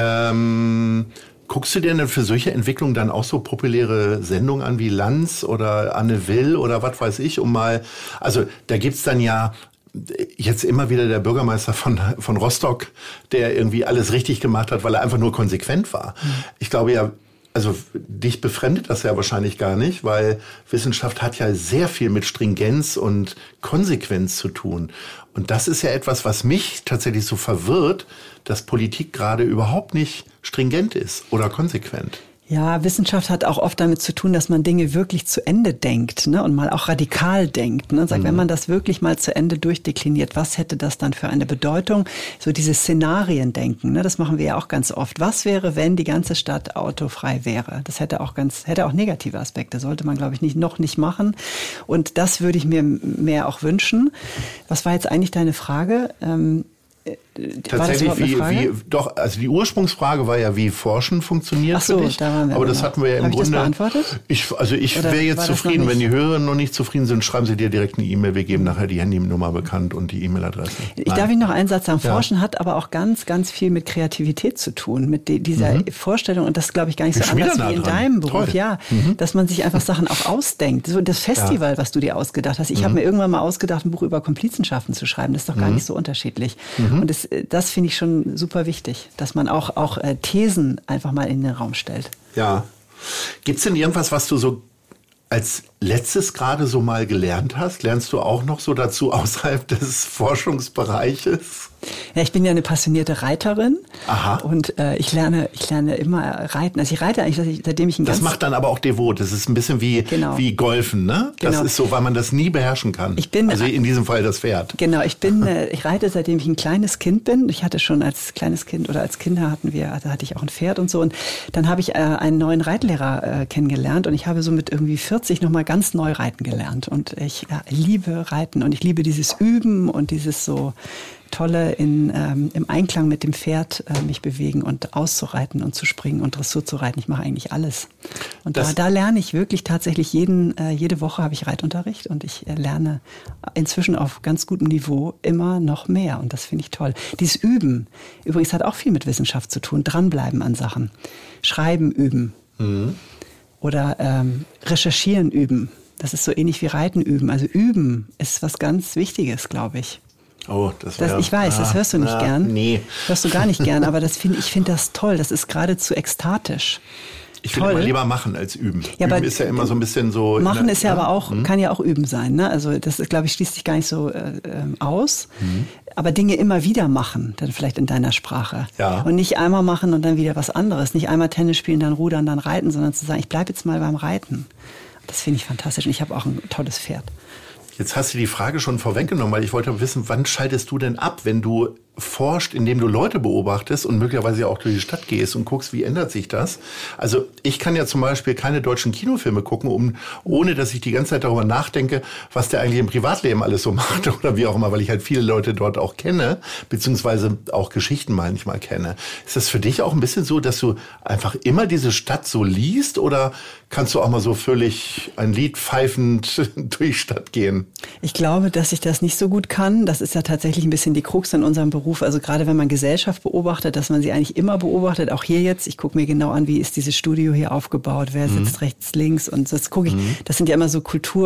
Ähm... Guckst du dir denn für solche Entwicklungen dann auch so populäre Sendungen an wie Lanz oder Anne Will oder was weiß ich, um mal, also da gibt's dann ja jetzt immer wieder der Bürgermeister von, von Rostock, der irgendwie alles richtig gemacht hat, weil er einfach nur konsequent war. Mhm. Ich glaube ja, also dich befremdet das ja wahrscheinlich gar nicht, weil Wissenschaft hat ja sehr viel mit Stringenz und Konsequenz zu tun. Und das ist ja etwas, was mich tatsächlich so verwirrt, dass Politik gerade überhaupt nicht stringent ist oder konsequent. Ja, Wissenschaft hat auch oft damit zu tun, dass man Dinge wirklich zu Ende denkt, ne, und mal auch radikal denkt. Ne, und sagt, mhm. wenn man das wirklich mal zu Ende durchdekliniert, was hätte das dann für eine Bedeutung? So diese Szenarien denken, ne, das machen wir ja auch ganz oft. Was wäre, wenn die ganze Stadt autofrei wäre? Das hätte auch ganz, hätte auch negative Aspekte. Sollte man, glaube ich, nicht noch nicht machen. Und das würde ich mir mehr auch wünschen. Was war jetzt eigentlich deine Frage? Ähm, Tatsächlich, wie, wie, doch, also die Ursprungsfrage war ja, wie Forschen funktioniert. Ach so, für dich. Da waren wir aber das genau. hatten wir ja im Hab Grunde. Ich das beantwortet? Ich, also ich wäre jetzt zufrieden, wenn die Hörerinnen noch nicht zufrieden sind, schreiben Sie dir direkt eine E-Mail. Wir geben nachher die Handynummer bekannt und die E-Mail-Adresse. Ich darf Ihnen noch einen Satz sagen. Ja. Forschen hat aber auch ganz, ganz viel mit Kreativität zu tun, mit de, dieser mhm. Vorstellung. Und das glaube ich gar nicht so anders wie in dran. deinem Beruf. Toll. Ja, mhm. dass man sich einfach Sachen auch ausdenkt. So das Festival, ja. was du dir ausgedacht hast. Ich mhm. habe mir irgendwann mal ausgedacht, ein Buch über Komplizenschaften zu schreiben. Das ist doch gar mhm. nicht so unterschiedlich. Mhm. Und das, das finde ich schon super wichtig, dass man auch, auch äh, Thesen einfach mal in den Raum stellt. Ja. Gibt's denn irgendwas, was du so als letztes gerade so mal gelernt hast? Lernst du auch noch so dazu außerhalb des Forschungsbereiches? Ja, ich bin ja eine passionierte Reiterin. Aha. Und äh, ich lerne, ich lerne immer reiten. Also ich reite eigentlich, seitdem ich ein Das ganz macht dann aber auch devot. Das ist ein bisschen wie, genau. wie Golfen, ne? Das genau. ist so, weil man das nie beherrschen kann. Ich bin, also in diesem Fall das Pferd. Genau, ich bin, äh, ich reite, seitdem ich ein kleines Kind bin. Ich hatte schon als kleines Kind oder als Kinder hatten wir, da hatte ich auch ein Pferd und so. Und dann habe ich äh, einen neuen Reitlehrer äh, kennengelernt und ich habe so mit irgendwie vierzig nochmal ganz neu reiten gelernt. Und ich ja, liebe Reiten und ich liebe dieses Üben und dieses so Tolle in, ähm, im Einklang mit dem Pferd äh, mich bewegen und auszureiten und zu springen und Dressur zu reiten. Ich mache eigentlich alles. Und da, da lerne ich wirklich tatsächlich jeden, äh, jede Woche habe ich Reitunterricht und ich äh, lerne inzwischen auf ganz gutem Niveau immer noch mehr und das finde ich toll. Dieses Üben übrigens hat auch viel mit Wissenschaft zu tun, dranbleiben an Sachen. Schreiben üben mhm. oder ähm, recherchieren üben. Das ist so ähnlich wie Reiten üben. Also üben ist was ganz Wichtiges, glaube ich. Oh, das wär, das, ich weiß, ah, das hörst du nicht ah, gern. Nee. Hörst du gar nicht gern, aber das find, ich finde das toll. Das ist geradezu ekstatisch. Ich will immer lieber machen als üben. Ja, üben ist ja immer so ein bisschen so... Machen der, ist ja, ja aber auch, hm? kann ja auch üben sein. Ne? Also das, glaube ich, schließt sich gar nicht so äh, aus. Hm. Aber Dinge immer wieder machen, dann vielleicht in deiner Sprache. Ja. Und nicht einmal machen und dann wieder was anderes. Nicht einmal Tennis spielen, dann rudern, dann reiten, sondern zu sagen, ich bleibe jetzt mal beim Reiten. Das finde ich fantastisch. Und ich habe auch ein tolles Pferd. Jetzt hast du die Frage schon vorweggenommen, weil ich wollte wissen, wann schaltest du denn ab, wenn du forscht, indem du Leute beobachtest und möglicherweise auch durch die Stadt gehst und guckst, wie ändert sich das? Also ich kann ja zum Beispiel keine deutschen Kinofilme gucken, um, ohne dass ich die ganze Zeit darüber nachdenke, was der eigentlich im Privatleben alles so macht oder wie auch immer, weil ich halt viele Leute dort auch kenne, beziehungsweise auch Geschichten manchmal kenne. Ist das für dich auch ein bisschen so, dass du einfach immer diese Stadt so liest oder kannst du auch mal so völlig ein Lied pfeifend durch die Stadt gehen? Ich glaube, dass ich das nicht so gut kann. Das ist ja tatsächlich ein bisschen die Krux in unserem Beruf. Also gerade wenn man Gesellschaft beobachtet, dass man sie eigentlich immer beobachtet, auch hier jetzt. Ich gucke mir genau an, wie ist dieses Studio hier aufgebaut, wer sitzt mhm. rechts, links und das gucke ich. Mhm. Das sind ja immer so Kultur,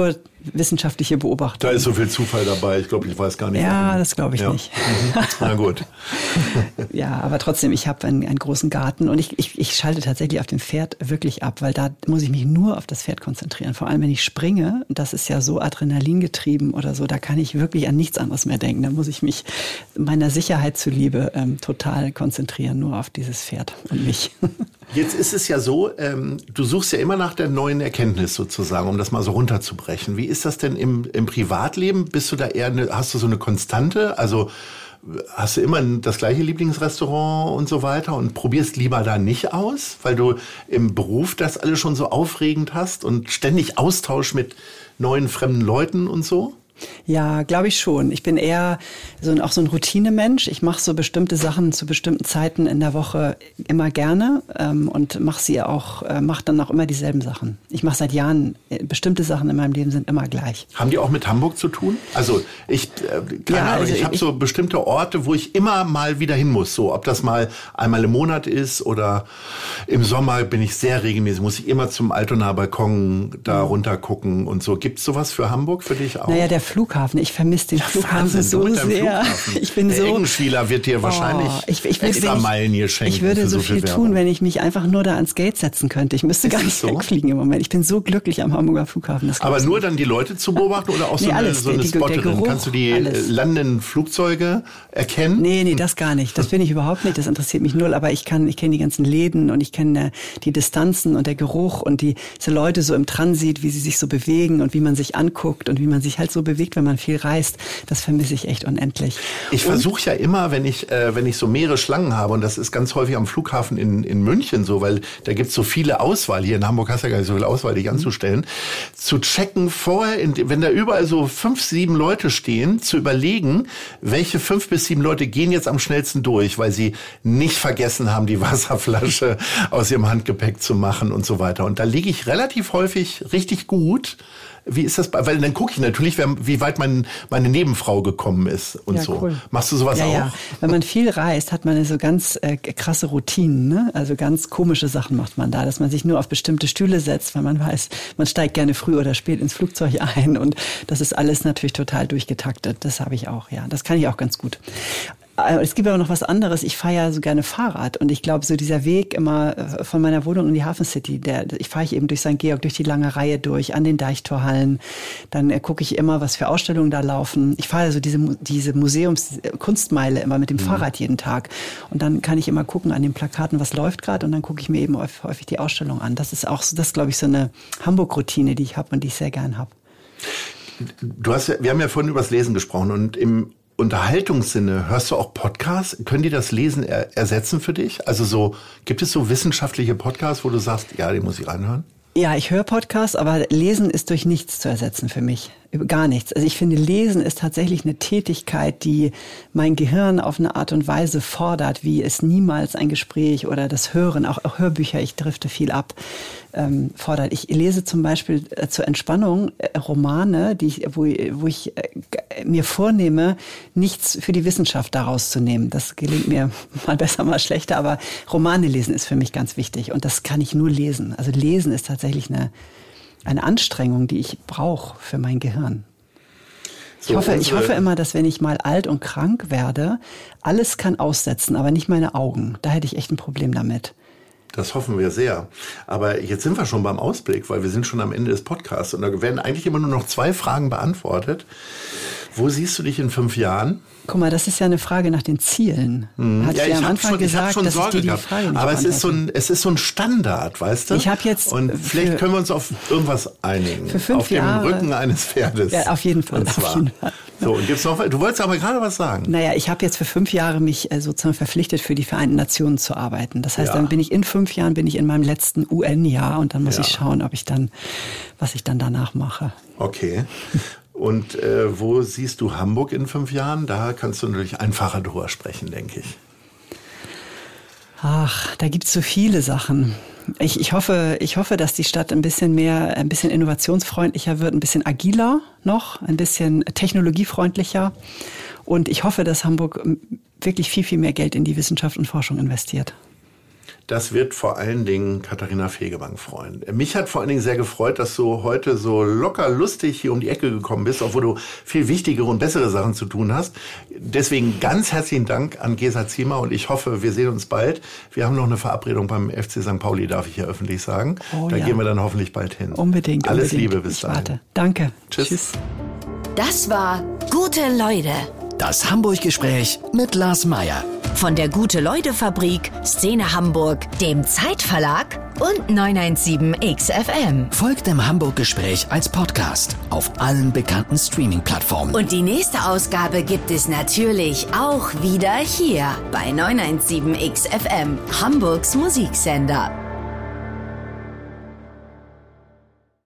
wissenschaftliche Beobachtung. Da ist so viel Zufall dabei. Ich glaube, ich weiß gar nicht. Ja, warum. das glaube ich ja. nicht. Na gut. Ja, aber trotzdem, ich habe einen, einen großen Garten und ich, ich, ich schalte tatsächlich auf dem Pferd wirklich ab, weil da muss ich mich nur auf das Pferd konzentrieren. Vor allem, wenn ich springe, das ist ja so adrenalingetrieben oder so, da kann ich wirklich an nichts anderes mehr denken. Da muss ich mich meiner Sicherheit zuliebe ähm, total konzentrieren, nur auf dieses Pferd und mich. Jetzt ist es ja so, ähm, du suchst ja immer nach der neuen Erkenntnis sozusagen, um das mal so runterzubrechen. Wie ist das denn im, im Privatleben? Bist du da eher, eine, hast du so eine Konstante? Also hast du immer das gleiche Lieblingsrestaurant und so weiter und probierst lieber da nicht aus, weil du im Beruf das alles schon so aufregend hast und ständig Austausch mit neuen, fremden Leuten und so? Ja, glaube ich schon. Ich bin eher so ein, auch so ein Routinemensch. Ich mache so bestimmte Sachen zu bestimmten Zeiten in der Woche immer gerne ähm, und mache sie auch, äh, mache dann auch immer dieselben Sachen. Ich mache seit Jahren, äh, bestimmte Sachen in meinem Leben sind immer gleich. Haben die auch mit Hamburg zu tun? Also ich, äh, keine Ja, Ahnung, also ich habe so bestimmte Orte, wo ich immer mal wieder hin muss. So, ob das mal einmal im Monat ist oder im Sommer bin ich sehr regelmäßig, muss ich immer zum Altonaer Balkon da runter gucken und so. Gibt's sowas für Hamburg für dich auch? Naja, der Flughafen. Ich vermisse den Ja, Flughafen Wahnsinn, so du mit deinem sehr. Flughafen. Ich bin der so. Eggenschwieler wird dir wahrscheinlich Oh, ich, ich, würde- extra wenn ich- Meilen hier schenken. Ich würde für so viel Werbung. tun, wenn ich mich einfach nur da ans Gate setzen könnte. Ich müsste Ist gar das nicht so? wegfliegen im Moment. Ich bin so glücklich am Hamburger Flughafen. Das Aber glaubst du nur nicht. dann die Leute zu beobachten oder auch so Nee, eine, alles, so eine die- der Spotterin? Geruch, Kannst du die alles. äh, landenden Flugzeuge erkennen? Nee, nee, das gar nicht. Das bin ich überhaupt nicht. Das interessiert mich null. Aber ich kann, ich kenne die ganzen Läden und ich kenne die Distanzen und der Geruch und die, diese Leute so im Transit, wie sie sich so bewegen und wie man sich anguckt und wie man sich halt so bewegt, wenn man viel reist. Das vermisse ich echt unendlich. Ich versuche ja immer, wenn ich, äh, wenn ich so mehrere Schlangen habe, und das ist ganz häufig am Flughafen in, in München so, weil da gibt's so viele Auswahl. Hier in Hamburg hast du ja gar nicht so viel Auswahl, dich anzustellen. Zu checken vorher, in, wenn da überall so fünf, sieben Leute stehen, zu überlegen, welche fünf bis sieben Leute gehen jetzt am schnellsten durch, weil sie nicht vergessen haben, die Wasserflasche aus ihrem Handgepäck zu machen und so weiter. Und da liege ich relativ häufig richtig gut. Wie ist das? bei- Weil dann gucke ich natürlich, wer, wie weit mein, meine Nebenfrau gekommen ist und Ja, so. cool. Machst du sowas ja, auch? Ja, wenn man viel reist, hat man so ganz äh, krasse Routinen, ne? Also ganz komische Sachen macht man da, dass man sich nur auf bestimmte Stühle setzt, weil man weiß, man steigt gerne früh oder spät ins Flugzeug ein und das ist alles natürlich total durchgetaktet. Das habe ich auch, ja. Das kann ich auch ganz gut. Äh, Es gibt aber noch was anderes. Ich fahre ja so gerne Fahrrad und ich glaube, so dieser Weg immer äh, von meiner Wohnung in die Hafen City, der, ich fahre ich eben durch Sankt Georg, durch die lange Reihe durch, an den Deichtorhallen. Dann äh, gucke ich immer, was für Ausstellungen da laufen. Ich fahre also diese, Mu- diese Museums-Kunstmeile immer mit dem Fahrrad jeden Tag. Und dann kann ich immer gucken an den Plakaten, was läuft gerade und dann gucke ich mir eben häufig, häufig die Ausstellung an. Das ist auch so, das ist, glaube ich, so eine Hamburg-Routine, die ich habe und die ich sehr gern habe. Du hast ja, wir haben ja vorhin über das Lesen gesprochen und im Unterhaltungssinne hörst du auch Podcasts? Können die das Lesen er, ersetzen für dich? Also so, gibt es so wissenschaftliche Podcasts, wo du sagst, ja, die muss ich reinhören? Ja, ich höre Podcasts, aber Lesen ist durch nichts zu ersetzen für mich. Gar nichts. Also ich finde, Lesen ist tatsächlich eine Tätigkeit, die mein Gehirn auf eine Art und Weise fordert, wie es niemals ein Gespräch oder das Hören, auch, auch Hörbücher, ich drifte viel ab, ähm, fordert. Ich lese zum Beispiel äh, zur Entspannung äh, Romane, die ich, wo, wo ich äh, mir vornehme, nichts für die Wissenschaft daraus zu nehmen. Das gelingt mir mal besser, mal schlechter, aber Romane lesen ist für mich ganz wichtig und das kann ich nur lesen. Also Lesen ist tatsächlich eine eine Anstrengung, die ich brauche für mein Gehirn. Ich, So, hoffe, ich unsere- hoffe immer, dass wenn ich mal alt und krank werde, alles kann aussetzen, aber nicht meine Augen. Da hätte ich echt ein Problem damit. Das hoffen wir sehr. Aber jetzt sind wir schon beim Ausblick, weil wir sind schon am Ende des Podcasts. Und da werden eigentlich immer nur noch zwei Fragen beantwortet. Wo siehst du dich in fünf Jahren? Guck mal, das ist ja eine Frage nach den Zielen. Hatte ich ja am hab Anfang schon, ich hab gesagt, schon dass ich Sorge dir die gehabt. Frage nicht Aber es ist, so beantworte. ein, es ist so ein Standard, weißt du? Ich hab jetzt Und vielleicht für- können wir uns auf irgendwas einigen. Für fünf auf dem Jahre- Rücken eines Pferdes. Ja, auf jeden Fall, Und auf zwar. jeden Fall. So, und gibt's noch, du wolltest aber gerade was sagen. Naja, ich habe jetzt für fünf Jahre mich äh, sozusagen verpflichtet, für die Vereinten Nationen zu arbeiten. Das heißt, Ja. dann bin ich in fünf Jahren bin ich in meinem letzten U N-Jahr und dann muss Ja. ich schauen, ob ich dann, was ich dann danach mache. Okay. Und äh, wo siehst du Hamburg in fünf Jahren? Da kannst du natürlich einfacher drüber sprechen, denke ich. Ach, da gibt's so viele Sachen. Ich, ich hoffe, ich hoffe, dass die Stadt ein bisschen mehr, ein bisschen innovationsfreundlicher wird, ein bisschen agiler noch, ein bisschen technologiefreundlicher. Und ich hoffe, dass Hamburg wirklich viel, viel mehr Geld in die Wissenschaft und Forschung investiert. Das wird vor allen Dingen Katharina Fegebank freuen. Mich hat vor allen Dingen sehr gefreut, dass du heute so locker lustig hier um die Ecke gekommen bist, obwohl du viel wichtigere und bessere Sachen zu tun hast. Deswegen ganz herzlichen Dank an Gesa Ziemer und ich hoffe, wir sehen uns bald. Wir haben noch eine Verabredung beim F C Sankt Pauli, darf ich ja öffentlich sagen. Oh, da ja. gehen wir dann hoffentlich bald hin. Unbedingt. Alles unbedingt. Liebe bis ich dahin. Warte. Danke. Tschüss. Tschüss. Das war Gute Leute. Das Hamburg-Gespräch mit Lars Meier. Von der Gute-Leute-Fabrik, Szene Hamburg, dem Zeitverlag und neun eins sieben X F M. Folgt dem Hamburg-Gespräch als Podcast auf allen bekannten Streaming-Plattformen. Und die nächste Ausgabe gibt es natürlich auch wieder hier bei neun eins sieben X F M, Hamburgs Musiksender.